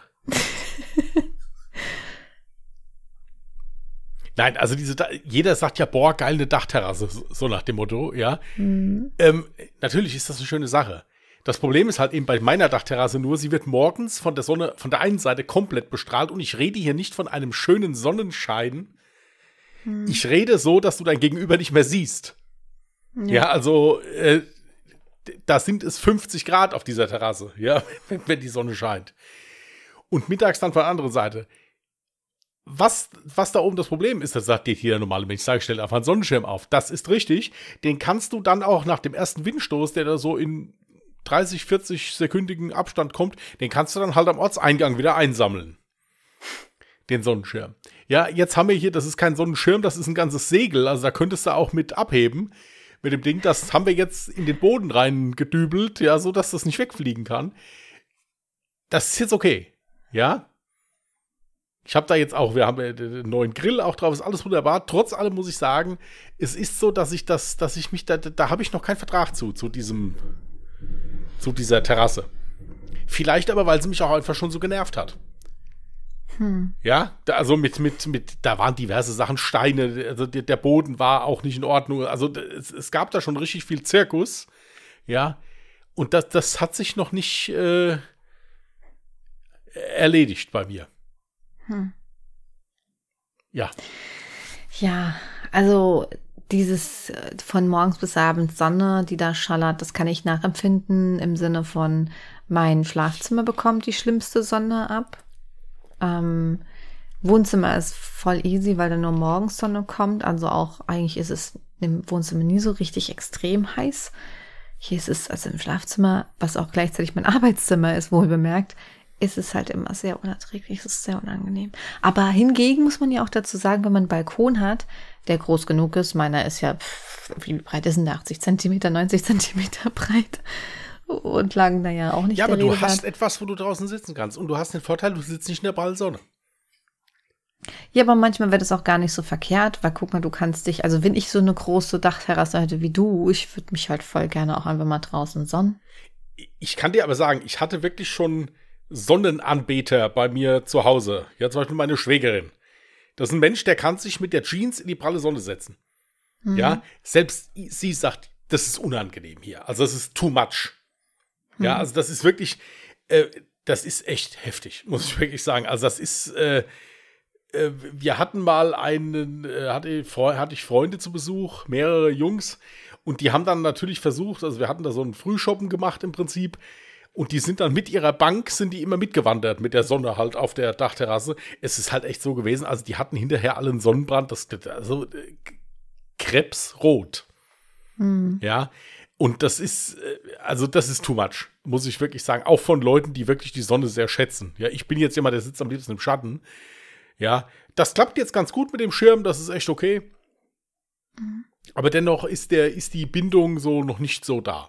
Nein, also diese, jeder sagt ja, boah, geil, eine Dachterrasse, so nach dem Motto, ja. Mhm. Ähm, natürlich ist das eine schöne Sache. Das Problem ist halt eben bei meiner Dachterrasse nur, sie wird morgens von der Sonne, von der einen Seite komplett bestrahlt und ich rede hier nicht von einem schönen Sonnenschein. Hm. Ich rede so, dass du dein Gegenüber nicht mehr siehst. Ja, ja also äh, da sind es fünfzig Grad auf dieser Terrasse, ja, wenn, wenn die Sonne scheint. Und mittags dann von der anderen Seite. Was, was da oben das Problem ist, das sagt dir jeder normale Mensch, sag ich, stell einfach einen Sonnenschirm auf. Das ist richtig. Den kannst du dann auch nach dem ersten Windstoß, der da so in dreißig, vierzig sekündigen Abstand kommt, den kannst du dann halt am Ortseingang wieder einsammeln. Den Sonnenschirm. Ja, jetzt haben wir hier, das ist kein Sonnenschirm, das ist ein ganzes Segel, also da könntest du auch mit abheben. Mit dem Ding, das haben wir jetzt in den Boden reingedübelt, ja, so dass das nicht wegfliegen kann. Das ist jetzt okay, ja. Ich habe da jetzt auch, wir haben einen neuen Grill auch drauf, ist alles wunderbar. Trotz allem muss ich sagen, es ist so, dass ich das, dass ich mich da, da habe ich noch keinen Vertrag zu, zu diesem zu dieser Terrasse. Vielleicht aber, weil sie mich auch einfach schon so genervt hat. Hm. Ja, da, also mit, mit, mit, da waren diverse Sachen, Steine, also der, der Boden war auch nicht in Ordnung. Also es, es gab da schon richtig viel Zirkus. Ja, und das, das hat sich noch nicht äh, erledigt bei mir. Hm. Ja. Ja, also dieses von morgens bis abends Sonne, die da schallert, das kann ich nachempfinden im Sinne von, mein Schlafzimmer bekommt die schlimmste Sonne ab. Ähm, Wohnzimmer ist voll easy, weil da nur morgens Sonne kommt. Also auch eigentlich ist es im Wohnzimmer nie so richtig extrem heiß. Hier ist es, also im Schlafzimmer, was auch gleichzeitig mein Arbeitszimmer ist, wohl bemerkt, ist es halt immer sehr unerträglich, es ist sehr unangenehm. Aber hingegen muss man ja auch dazu sagen, wenn man einen Balkon hat, der groß genug ist, meiner ist ja, pff, wie breit ist denn der? achtzig Zentimeter, neunzig Zentimeter breit und lagen da ja auch nicht. Ja, aber du hast etwas, wo du draußen sitzen kannst und du hast den Vorteil, du sitzt nicht in der prallen Sonne. Ja, aber manchmal wird es auch gar nicht so verkehrt, weil guck mal, du kannst dich, also wenn ich so eine große Dachterrasse hätte wie du, ich würde mich halt voll gerne auch einfach mal draußen sonnen. Ich kann dir aber sagen, ich hatte wirklich schon Sonnenanbeter bei mir zu Hause. Ja, zum Beispiel meine Schwägerin. Das ist ein Mensch, der kann sich mit der Jeans in die pralle Sonne setzen. Mhm. Ja, selbst sie sagt, das ist unangenehm hier. Also das ist too much. Mhm. Ja, also das ist wirklich, äh, das ist echt heftig, muss ich wirklich sagen. Also das ist, äh, äh, wir hatten mal einen, äh, hatte, hatte ich Freunde zu Besuch, mehrere Jungs, und die haben dann natürlich versucht, also wir hatten da so einen Frühschoppen gemacht im Prinzip, und die sind dann mit ihrer Bank, sind die immer mitgewandert, mit der Sonne halt auf der Dachterrasse. Es ist halt echt so gewesen, also die hatten hinterher alle einen Sonnenbrand, das, also äh, krebsrot. Mhm. Ja, und das ist, äh, also das ist too much, muss ich wirklich sagen. Auch von Leuten, die wirklich die Sonne sehr schätzen. Ja, ich bin jetzt jemand, der sitzt am liebsten im Schatten. Ja, das klappt jetzt ganz gut mit dem Schirm, das ist echt okay. Mhm. Aber dennoch ist, der, ist die Bindung so noch nicht so da.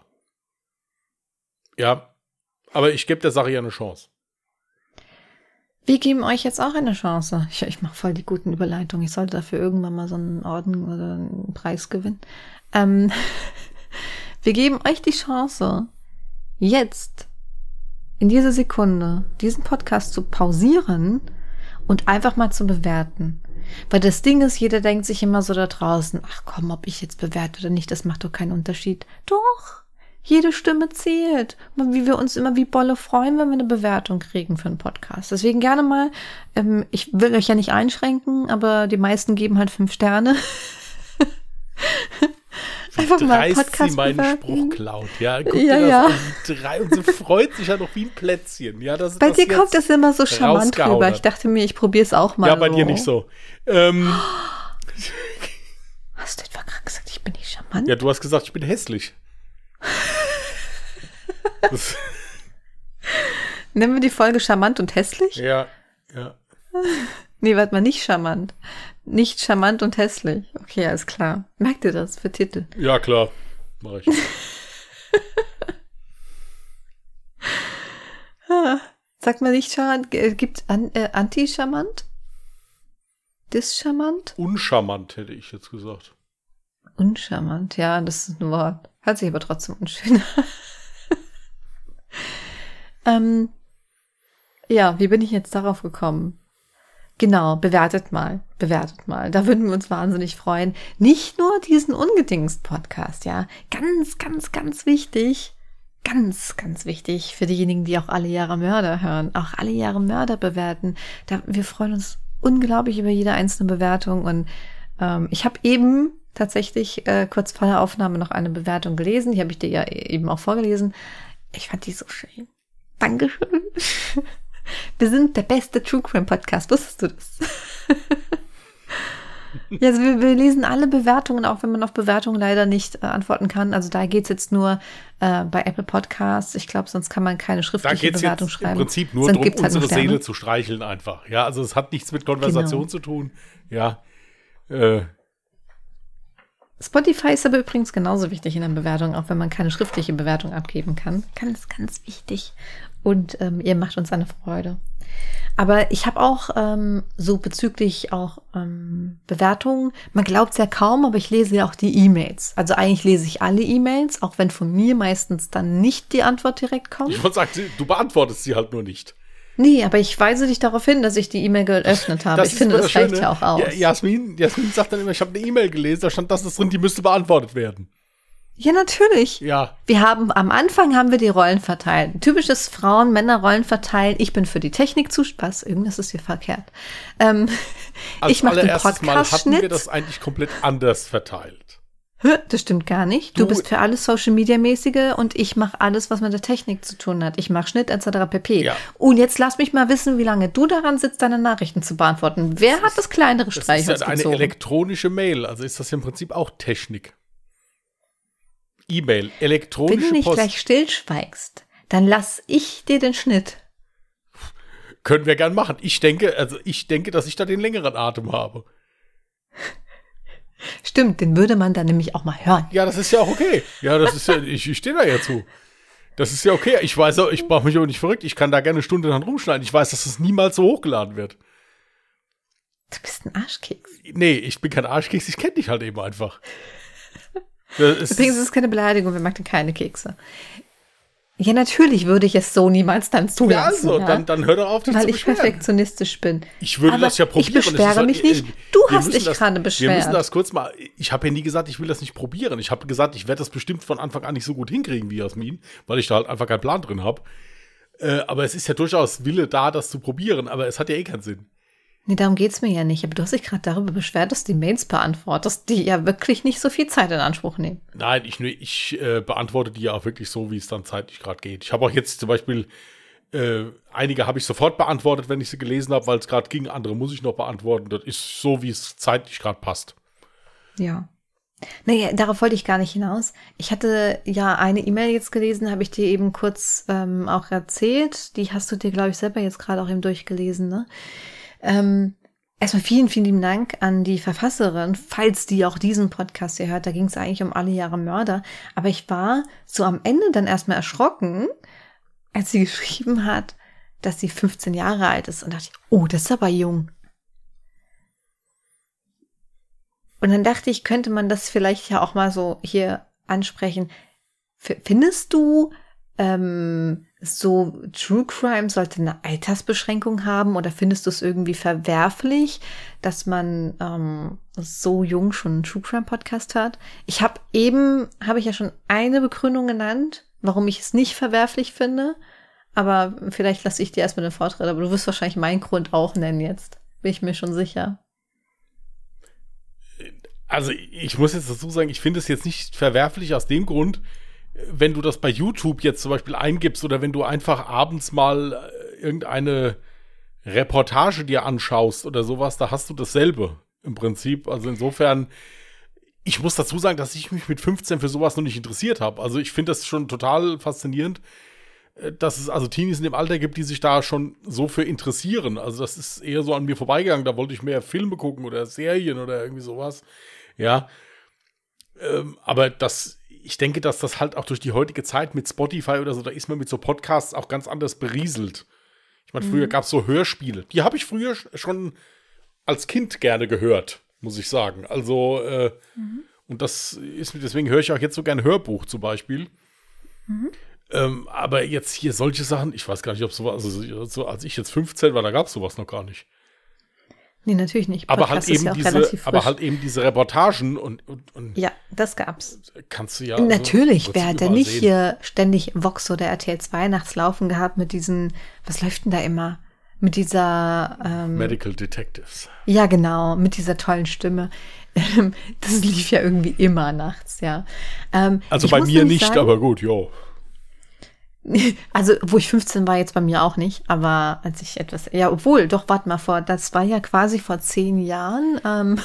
Ja, aber ich gebe der Sache ja eine Chance. Wir geben euch jetzt auch eine Chance. Ich, ich mache voll die guten Überleitungen. Ich sollte dafür irgendwann mal so einen Orden oder einen Preis gewinnen. Ähm, wir geben euch die Chance, jetzt, in dieser Sekunde, diesen Podcast zu pausieren und einfach mal zu bewerten. Weil das Ding ist, jeder denkt sich immer so da draußen, ach komm, ob ich jetzt bewerte oder nicht, das macht doch keinen Unterschied. Doch, jede Stimme zählt. Und wie wir uns immer wie Bolle freuen, wenn wir eine Bewertung kriegen für einen Podcast. Deswegen gerne mal, ähm, ich will euch ja nicht einschränken, aber die meisten geben halt fünf Sterne. Einfach mal Podcast sie meinen bewerten. Spruch klaut. Ja, guck ja, dir das ja. an. Drei, und sie freut sich ja noch wie ein Plätzchen. Ja, das, Bei das dir kommt das immer so charmant rüber. rausgehauen. Ich dachte mir, ich probiere es auch mal. Ja, bei so. dir nicht so. Ähm, Hast du etwa gerade gesagt, ich bin nicht charmant? ja, du hast gesagt, ich bin hässlich. Das, Nennen wir die Folge charmant und hässlich? ja, ja. Nee, warte mal, nicht charmant. Nicht charmant und hässlich. Okay, alles klar. Merkt ihr das für Titel? Ja, klar. Mach ich. Sagt man nicht charmant? Gibt an, äh, anti-charmant? Discharmant? Uncharmant, hätte ich jetzt gesagt. Uncharmant, ja, das ist ein Wort. Hört sich aber trotzdem unschön an. ähm, ja, wie bin ich jetzt darauf gekommen? Genau, bewertet mal, bewertet mal. Da würden wir uns wahnsinnig freuen. Nicht nur diesen Ungedingst-Podcast, ja. Ganz, ganz, ganz wichtig, ganz, ganz wichtig für diejenigen, die auch alle Jahre Mörder hören. Auch alle Jahre Mörder bewerten. Da, wir freuen uns unglaublich über jede einzelne Bewertung. Und ähm, ich habe eben tatsächlich äh, kurz vor der Aufnahme noch eine Bewertung gelesen. Die habe ich dir ja eben auch vorgelesen. Ich fand die so schön. Dankeschön. Wir sind der beste True Crime Podcast. Wusstest du das? Ja, also wir, wir lesen alle Bewertungen, auch wenn man auf Bewertungen leider nicht äh, antworten kann. Also da geht's jetzt nur äh, bei Apple Podcasts. Ich glaube, sonst kann man keine Da schriftliche geht es Bewertung jetzt schreiben. im Prinzip nur Sonst darum, gibt's halt nur unsere Sterne. Seele zu streicheln einfach. Ja, also es hat nichts mit Konversation Genau. zu tun. Ja, äh, Spotify ist aber übrigens genauso wichtig in der Bewertung, auch wenn man keine schriftliche Bewertung abgeben kann. Ganz, ganz wichtig. Und ähm, ihr macht uns eine Freude. Aber ich habe auch ähm, so bezüglich auch ähm, Bewertungen, man glaubt es ja kaum, aber ich lese ja auch die E-Mails. Also eigentlich lese ich alle E-Mails, auch wenn von mir meistens dann nicht die Antwort direkt kommt. ich wollte sagen, du beantwortest sie halt nur nicht. Nee, aber ich weise dich darauf hin, dass ich die E-Mail geöffnet habe. Das Ich ist finde, immer das Schöne. reicht ja auch aus. Ja, Jasmin, Jasmin sagt dann immer, ich habe eine E-Mail gelesen, da stand das, das drin, die müsste beantwortet werden. Ja, natürlich. Ja. Wir haben, am Anfang haben wir die Rollen verteilt. Typisches Frauen-Männer-Rollen verteilen. Ich bin für die Technik zuständig. Was? Irgendwas ist hier verkehrt. Ähm, Als ich mache den allererstes Mal hatten wir Podcast-Schnitt. das eigentlich komplett anders verteilt. Hä? Das stimmt gar nicht. Du, Du- bist für alles Social-Media-mäßige und ich mache alles, was mit der Technik zu tun hat. Ich mache Schnitt et cetera pp. Ja. Und jetzt lass mich mal wissen, wie lange du daran sitzt, deine Nachrichten zu beantworten. Wer hat das kleinere Das ist Streichholz ja eine gezogen? elektronische Mail, also ist das ja im Prinzip auch Technik. E-Mail, Wenn du elektronische nicht Post. gleich stillschweigst, dann lass ich dir den Schnitt. Können wir gern machen. Ich denke, also ich denke, dass ich da den längeren Atem habe. Stimmt, den würde man dann nämlich auch mal hören. Ja, das ist ja auch okay. Ja, das ist ja, ich, ich stehe da ja zu. Das ist ja okay. Ich weiß auch, ich mache mich auch nicht verrückt. Ich kann da gerne eine Stunde dran rumschneiden. Ich weiß, dass das niemals so hochgeladen wird. Du bist ein Arschkeks. Nee, ich bin kein Arschkeks, ich kenne dich halt eben einfach. Das ist, Übrigens ist es keine Beleidigung, wir machen keine Kekse. Ja, natürlich würde ich es so niemals dann ja, zulassen. also, ja? dann, dann hör doch auf, dich Weil zu ich beschweren. perfektionistisch bin. Ich würde Aber das ja probieren. ich beschwere Es ist halt- mich nicht. äh, Du wir hast müssen dich das- gerade Wir beschwert. müssen das kurz mal, ich habe ja nie gesagt, ich will das nicht probieren. Ich habe gesagt, ich werde das bestimmt von Anfang an nicht so gut hinkriegen wie Jasmin, weil ich da halt einfach keinen Plan drin habe. Äh, aber es ist ja durchaus Wille da, das zu probieren, aber es hat ja eh keinen Sinn. Nee, darum geht's mir ja nicht. Aber du hast dich gerade darüber beschwert, dass du die Mails beantwortest, die ja wirklich nicht so viel Zeit in Anspruch nehmen. Nein, ich, ich äh, beantworte die ja auch wirklich so, wie es dann zeitlich gerade geht. Ich habe auch jetzt zum Beispiel, äh, einige habe ich sofort beantwortet, wenn ich sie gelesen habe, weil es gerade ging. Andere muss ich noch beantworten. Das ist so, wie es zeitlich gerade passt. Ja. Naja, darauf wollte ich gar nicht hinaus. Ich hatte ja eine E-Mail jetzt gelesen, habe ich dir eben kurz ähm, auch erzählt. Die hast du dir, glaube ich, selber jetzt gerade auch eben durchgelesen, ne? Ähm, Erstmal vielen, vielen lieben Dank an die Verfasserin, falls die auch diesen Podcast hier hört. Da ging es eigentlich um Alle Jahre Mörder. Aber ich war so am Ende dann erstmal erschrocken, als sie geschrieben hat, dass sie fünfzehn Jahre alt ist. Und dachte ich, oh, das ist aber jung. Und dann dachte ich, könnte man das vielleicht ja auch mal so hier ansprechen. F- findest du, ähm, so True Crime sollte eine Altersbeschränkung haben, oder findest du es irgendwie verwerflich, dass man ähm, so jung schon einen True Crime Podcast hört? Ich habe eben, habe ich ja schon eine Begründung genannt, warum ich es nicht verwerflich finde, aber vielleicht lasse ich dir erstmal den Vortritt, aber du wirst wahrscheinlich meinen Grund auch nennen jetzt, bin ich mir schon sicher. Also ich muss jetzt dazu sagen, ich finde es jetzt nicht verwerflich aus dem Grund, wenn du das bei YouTube jetzt zum Beispiel eingibst oder wenn du einfach abends mal irgendeine Reportage dir anschaust oder sowas, da hast du dasselbe im Prinzip. Also insofern, ich muss dazu sagen, dass ich mich mit fünfzehn für sowas noch nicht interessiert habe. Also ich finde das schon total faszinierend, dass es also Teenies in dem Alter gibt, die sich da schon so für interessieren. Also das ist eher so an mir vorbeigegangen. Da wollte ich mehr Filme gucken oder Serien oder irgendwie sowas. Ja, ähm, aber das, ich denke, dass das halt auch durch die heutige Zeit mit Spotify oder so, da ist man mit so Podcasts auch ganz anders berieselt. Ich meine, früher mhm. gab es so Hörspiele. Die habe ich früher schon als Kind gerne gehört, muss ich sagen. Also, äh, mhm. und das ist, deswegen höre ich auch jetzt so gerne Hörbuch zum Beispiel. Mhm. Ähm, aber jetzt hier solche Sachen, ich weiß gar nicht, ob sowas, also so, als ich jetzt fünfzehn war, da gab es sowas noch gar nicht. Nee, natürlich nicht. Aber halt, eben ja diese, aber halt eben diese Reportagen und, und, und ja, das gab's. Kannst du ja. Natürlich, so, wer hat denn nicht sehen. Hier ständig Vox oder R T L zwei nachts laufen gehabt mit diesen, was läuft denn da immer? Mit dieser ähm, Medical Detectives. Ja, genau, mit dieser tollen Stimme. Das lief ja irgendwie immer nachts, ja. Ähm, also bei mir nicht, sagen, aber gut, jo. Also, wo ich fünfzehn war, jetzt bei mir auch nicht, aber als ich etwas, ja, obwohl, doch, warte mal, vor, das war ja quasi vor zehn Jahren. Ähm,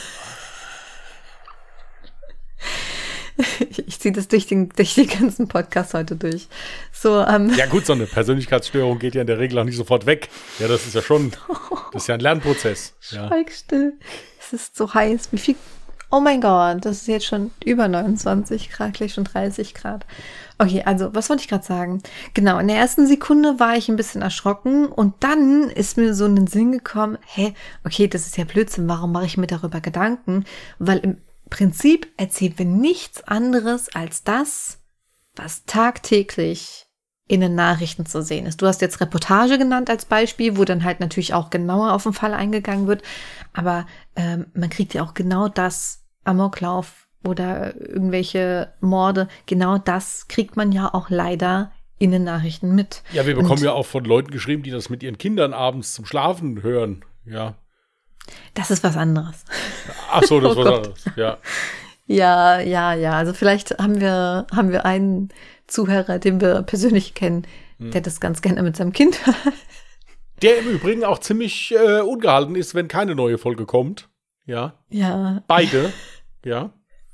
ich ich ziehe das durch den, durch den ganzen Podcast heute durch. So, ähm, ja gut, so eine Persönlichkeitsstörung geht ja in der Regel auch nicht sofort weg. Ja, das ist ja schon, das ist ja ein Lernprozess. Schweig still. Es ist so heiß. Wie viel? Oh mein Gott, das ist jetzt schon über neunundzwanzig Grad, gleich schon dreißig Grad. Okay, also, was wollte ich gerade sagen? Genau, in der ersten Sekunde war ich ein bisschen erschrocken und dann ist mir so in den Sinn gekommen, hä, okay, das ist ja Blödsinn, warum mache ich mir darüber Gedanken? Weil im Prinzip erzählen wir nichts anderes als das, was tagtäglich in den Nachrichten zu sehen ist. Du hast jetzt Reportage genannt als Beispiel, wo dann halt natürlich auch genauer auf den Fall eingegangen wird, aber ähm, man kriegt ja auch genau das, Amoklauf oder irgendwelche Morde, genau das kriegt man ja auch leider in den Nachrichten mit. Ja, wir bekommen Und, ja auch von Leuten geschrieben, die das mit ihren Kindern abends zum Schlafen hören, ja. Das ist was anderes. Ach so, das ist oh was Gott. anderes, ja. Ja, ja, ja, also vielleicht haben wir, haben wir einen Zuhörer, den wir persönlich kennen, hm. der das ganz gerne mit seinem Kind hört. Der im Übrigen auch ziemlich äh, ungehalten ist, wenn keine neue Folge kommt. Ja. Ja. Beide. Ja.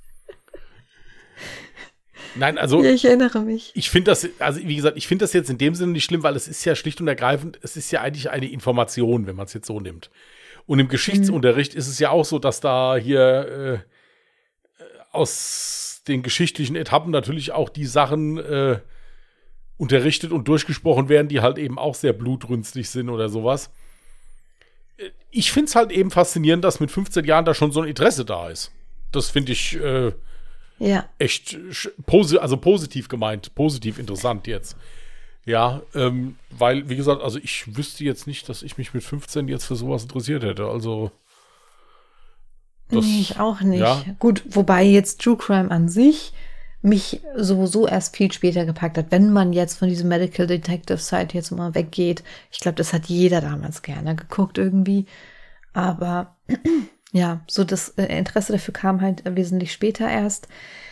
Nein, also. Ja, ich erinnere mich. Ich finde das, also wie gesagt, ich finde das jetzt in dem Sinne nicht schlimm, weil es ist ja schlicht und ergreifend, es ist ja eigentlich eine Information, wenn man es jetzt so nimmt. Und im Geschichtsunterricht mhm. ist es ja auch so, dass da hier äh, aus den geschichtlichen Etappen natürlich auch die Sachen äh, unterrichtet und durchgesprochen werden, die halt eben auch sehr blutrünstig sind oder sowas. Ich finde es halt eben faszinierend, dass mit fünfzehn Jahren da schon so ein Interesse da ist. Das finde ich äh, ja. echt posi- also positiv gemeint, positiv interessant jetzt. Ja, ähm, weil, wie gesagt, also ich wüsste jetzt nicht, dass ich mich mit fünfzehn jetzt für sowas interessiert hätte. Also das, nee, ich auch nicht. Ja. Gut, wobei jetzt True Crime an sich mich sowieso erst viel später gepackt hat, wenn man jetzt von diesem Medical Detective Site jetzt mal weggeht. Ich glaube, das hat jeder damals gerne geguckt irgendwie. Aber ja, so das Interesse dafür kam halt wesentlich später erst.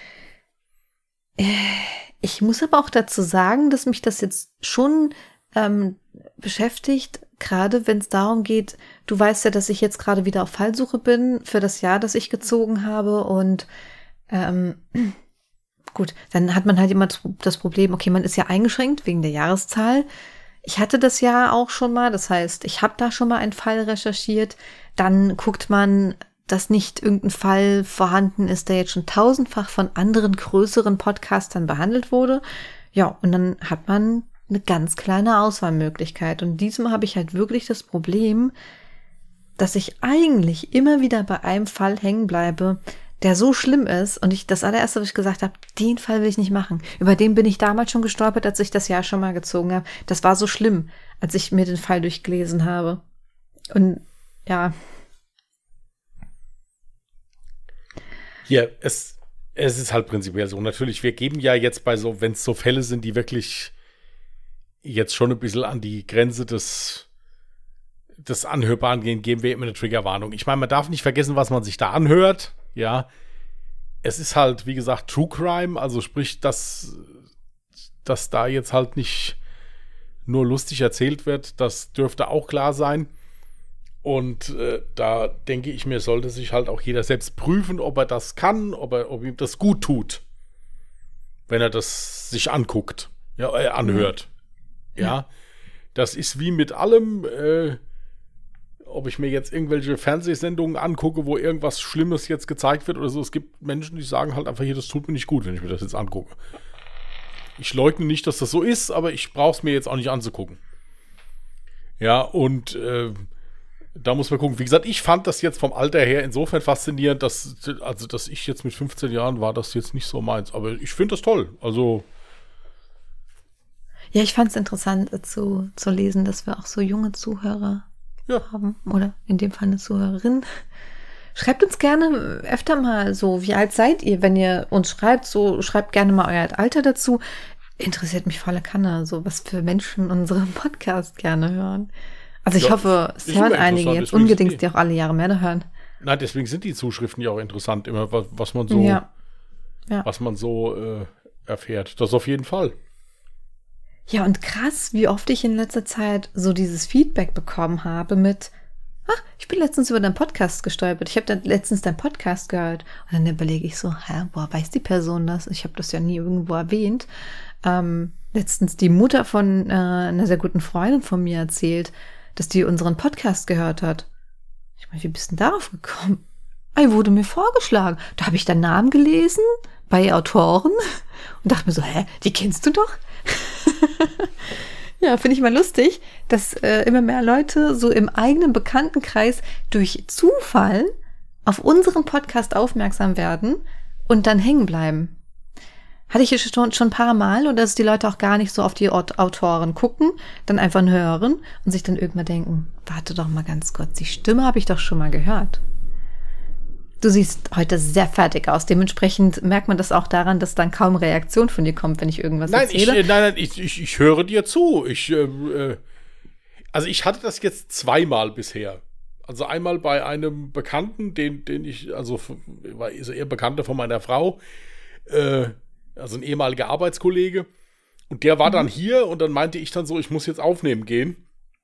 Ich muss aber auch dazu sagen, dass mich das jetzt schon ähm, beschäftigt, gerade wenn es darum geht, du weißt ja, dass ich jetzt gerade wieder auf Fallsuche bin für das Jahr, das ich gezogen habe und ähm, gut, dann hat man halt immer das Problem, okay, man ist ja eingeschränkt wegen der Jahreszahl. ich hatte das ja auch schon mal, das heißt, ich habe da schon mal einen Fall recherchiert, dann guckt man, dass nicht irgendein Fall vorhanden ist, der jetzt schon tausendfach von anderen größeren Podcastern behandelt wurde. Ja, und dann hat man eine ganz kleine Auswahlmöglichkeit. Und diesmal habe ich halt wirklich das Problem, dass ich eigentlich immer wieder bei einem Fall hängen bleibe, der so schlimm ist. Und ich das allererste, was ich gesagt habe, den Fall will ich nicht machen. Über den bin ich damals schon gestolpert, als ich das Jahr schon mal gezogen habe. Das war so schlimm, als ich mir den Fall durchgelesen habe. Und ja. Ja, es, es ist halt prinzipiell so. Natürlich, wir geben ja jetzt bei so, wenn es so Fälle sind, die wirklich jetzt schon ein bisschen an die Grenze des, des Anhörbaren gehen, geben wir immer eine Triggerwarnung. Ich meine, man darf nicht vergessen, was man sich da anhört. Ja, es ist halt, wie gesagt, True Crime, also sprich, dass, dass da jetzt halt nicht nur lustig erzählt wird, das dürfte auch klar sein. Und äh, da denke ich mir, sollte sich halt auch jeder selbst prüfen, ob er das kann, ob er, ob ihm das gut tut, wenn er das sich anguckt, ja, äh, anhört. Ja. ja, das ist wie mit allem, äh, ob ich mir jetzt irgendwelche Fernsehsendungen angucke, wo irgendwas Schlimmes jetzt gezeigt wird oder so. Es gibt Menschen, die sagen halt einfach hier, das tut mir nicht gut, wenn ich mir das jetzt angucke. Ich leugne nicht, dass das so ist, aber ich brauche es mir jetzt auch nicht anzugucken. Ja, und äh, da muss man gucken. Wie gesagt, ich fand das jetzt vom Alter her insofern faszinierend, dass, also, dass ich jetzt mit fünfzehn Jahren war das jetzt nicht so meins. Aber ich finde das toll. Also ja, ich fand es interessant zu, zu lesen, dass wir auch so junge Zuhörer ja. haben. Oder in dem Fall eine Zuhörerin. Schreibt uns gerne öfter mal so, wie alt seid ihr, wenn ihr uns schreibt, so schreibt gerne mal euer Alter dazu. Interessiert mich volle Kanne, so was für Menschen unseren Podcast gerne hören. Also ich ja, hoffe, es hören einige jetzt ungedings, die auch alle Jahre mehr hören. Nein, deswegen sind die Zuschriften ja auch interessant, immer was, was man so, ja. Ja. was man so äh, erfährt. Das auf jeden Fall. Ja, und krass, wie oft ich in letzter Zeit so dieses Feedback bekommen habe mit, ach, ich bin letztens über deinen Podcast gestolpert. Ich habe dann letztens deinen Podcast gehört. Und dann überlege ich so, hä, woher weiß die Person das? Ich habe das ja nie irgendwo erwähnt. Ähm, letztens die Mutter von äh, einer sehr guten Freundin von mir erzählt, dass die unseren Podcast gehört hat. Ich meine, wie bist du denn darauf gekommen? Er wurde mir vorgeschlagen. Da habe ich dann Namen gelesen bei Autoren und dachte mir so, hä, die kennst du doch? Ja, finde ich mal lustig, dass äh, immer mehr Leute so im eigenen Bekanntenkreis durch Zufall auf unseren Podcast aufmerksam werden und dann hängen bleiben. Hatte ich hier schon, schon ein paar Mal, oder dass die Leute auch gar nicht so auf die Autoren gucken, dann einfach hören und sich dann irgendwann denken, warte doch mal ganz kurz, die Stimme habe ich doch schon mal gehört. Du siehst heute sehr fertig aus. Dementsprechend merkt man das auch daran, dass dann kaum Reaktion von dir kommt, wenn ich irgendwas nein, erzähle. Ich, nein, nein, ich, ich, ich höre dir zu. Ich, äh, also ich hatte das jetzt zweimal bisher. Also einmal bei einem Bekannten, den, den ich, also war ist eher Bekannter von meiner Frau, äh, also ein ehemaliger Arbeitskollege. Und der war mhm. dann hier und dann meinte ich dann so, ich muss jetzt aufnehmen gehen.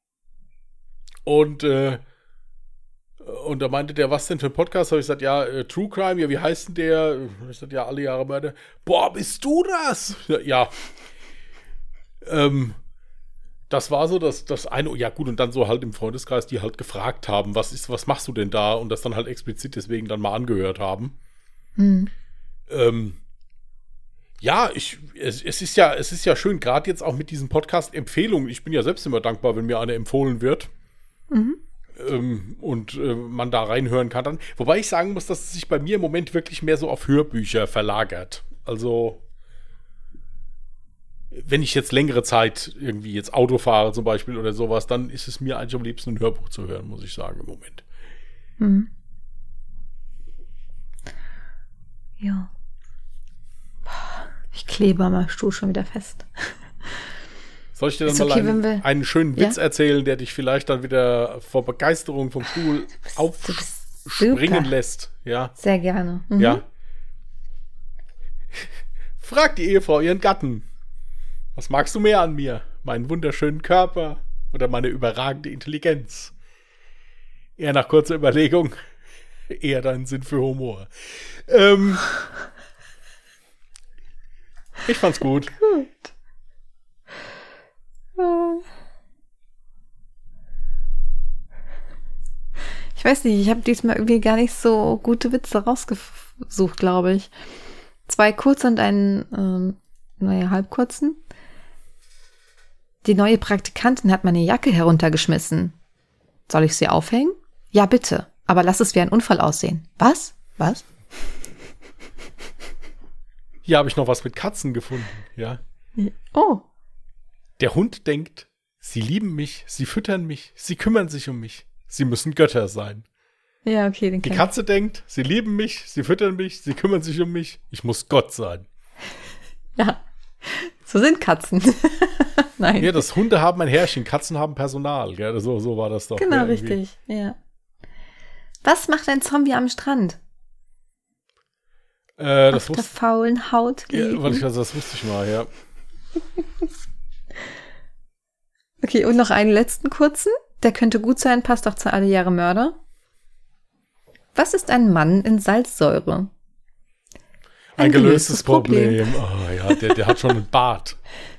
Und äh, Und da meinte der, was denn für ein Podcast? Habe ich gesagt, ja, äh, True Crime, ja, wie heißt denn der? Ich gesagt, ja, alle Jahre Mörder. Boah, bist du das? Ja. ja. Ähm, das war so das, das eine, ja gut, und dann so halt im Freundeskreis, die halt gefragt haben, was ist, was machst du denn da? Und das dann halt explizit deswegen dann mal angehört haben. Mhm. Ähm, ja, ich, es, es ist ja, es ist ja schön, gerade jetzt auch mit diesen Podcast-Empfehlungen. Ich bin ja selbst immer dankbar, wenn mir eine empfohlen wird. Mhm. Ähm, und äh, man da reinhören kann dann. Wobei ich sagen muss, dass es sich bei mir im Moment wirklich mehr so auf Hörbücher verlagert. Also wenn ich jetzt längere Zeit irgendwie jetzt Auto fahre zum Beispiel oder sowas, dann ist es mir eigentlich am liebsten ein Hörbuch zu hören, muss ich sagen, im Moment. Mhm. Ja. Ich klebe an meinem Stuhl schon wieder fest. Soll ich dir dann ist mal okay, einen, wir, einen schönen Witz ja? erzählen, der dich vielleicht dann wieder vor Begeisterung vom Stuhl aufspringen lässt? Ja. Sehr gerne. Mhm. Ja. Fragt die Ehefrau ihren Gatten: Was magst du mehr an mir? Meinen wunderschönen Körper oder meine überragende Intelligenz? Er nach kurzer Überlegung: Eher deinen Sinn für Humor. Ähm, ich fand's gut. Gut. Ich weiß nicht, ich habe diesmal irgendwie gar nicht so gute Witze rausgesucht, glaube ich. Zwei kurze und einen, ähm, naja, halbkurzen. Die neue Praktikantin hat meine Jacke heruntergeschmissen. Soll ich sie aufhängen? Ja, bitte. Aber lass es wie ein Unfall aussehen. Was? Was? Hier habe ich noch was mit Katzen gefunden, ja. Oh. Der Hund denkt, sie lieben mich, sie füttern mich, sie kümmern sich um mich. Sie müssen Götter sein. Ja, okay. Den Die kenn Katze denkt, sie lieben mich, sie füttern mich, sie kümmern sich um mich. Ich muss Gott sein. ich. Ja. So sind Katzen. Nein. Ja, das Hunde haben ein Herrchen, Katzen haben Personal. Ja, so, so war das doch. Genau, ja, richtig. Ja. Was macht ein Zombie am Strand? Äh, das Auf der wusste, faulen Haut liegen. ja, weil ich, also, das wusste ich mal, ja. Okay, und noch einen letzten kurzen. Der könnte gut sein, passt auch zu Alle Jahre Mörder. Was ist ein Mann in Salzsäure? Ein, Ein gelöstes gelöstes Problem. Problem. Oh ja, der, der hat schon einen Bart.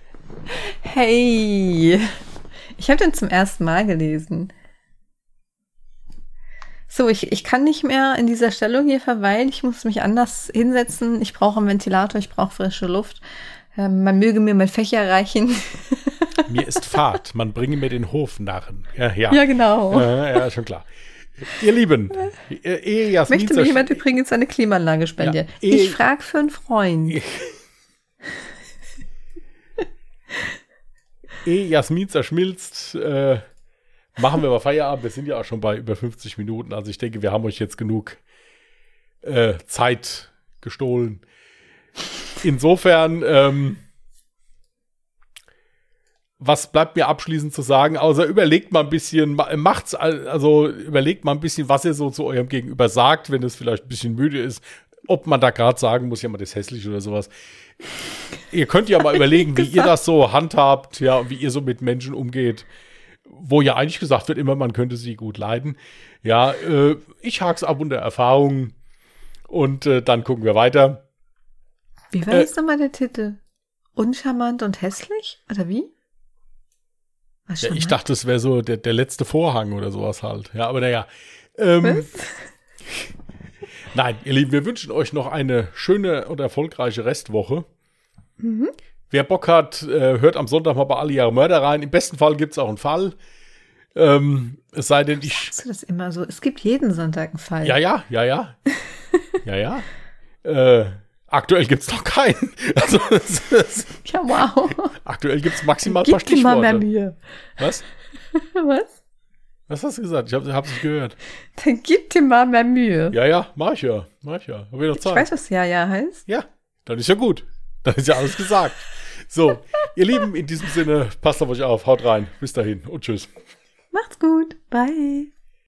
Hey, ich habe den zum ersten Mal gelesen. So, ich, ich kann nicht mehr in dieser Stellung hier verweilen. Ich muss mich anders hinsetzen. Ich brauche einen Ventilator, ich brauche frische Luft. Ähm, man möge mir mein Fächer reichen. Mir ist Fahrt, man bringe mir den Hofnarren. Ja, ja. Ja, genau. Äh, ja, schon klar. Ihr Lieben, ehe Jasmin Möchte mir jemand übrigens eine Klimaanlage spenden? Ja, eh- ich frage für einen Freund. Ehe Jasmin zerschmilzt, äh, machen wir mal Feierabend. Wir sind ja auch schon bei über fünfzig Minuten. Also ich denke, wir haben euch jetzt genug äh, Zeit gestohlen. Insofern, ähm, was bleibt mir abschließend zu sagen? Außer überlegt mal ein bisschen, ma- macht's, al- also überlegt mal ein bisschen, was ihr so zu eurem Gegenüber sagt, wenn es vielleicht ein bisschen müde ist. Ob man da gerade sagen muss, ja, man ist hässlich oder sowas. Ihr könnt ja mal überlegen, wie ihr das so handhabt, ja, wie ihr so mit Menschen umgeht, wo ja eigentlich gesagt wird, immer man könnte sie gut leiden. Ja, äh, ich hak's ab unter Erfahrung und äh, dann gucken wir weiter. Wie war Äh, jetzt nochmal der Titel? Uncharmant und hässlich? Oder wie? Was Ja, schon ich mal? dachte, es wäre so der, der letzte Vorhang oder sowas halt. Ja, aber naja. Ähm, Was? nein, ihr Lieben, wir wünschen euch noch eine schöne und erfolgreiche Restwoche. Mhm. Wer Bock hat, äh, hört am Sonntag mal bei Alle Jahre Mörder rein. Im besten Fall gibt es auch einen Fall. Ähm, es sei denn, ich. Sagst du das immer so? Es gibt jeden Sonntag einen Fall. Ja, ja, ja, ja. ja, ja. Äh, aktuell gibt es noch keinen. Also, es, es, Ja, wow. aktuell gibt es maximal ein paar Gib dir mal mehr Stichworte. Mühe. Was? Was? Was hast du gesagt? Ich habe es nicht gehört. Dann gib dir mal mehr Mühe. Ja, ja, mach ich ja. Mach ich ja. Hab ich noch Ich Zeit. weiß, was Ja, ja heißt. Ja, dann ist ja gut. Dann ist ja alles gesagt. So, ihr Lieben, in diesem Sinne, passt auf euch auf, haut rein. Bis dahin und tschüss. Macht's gut. Bye.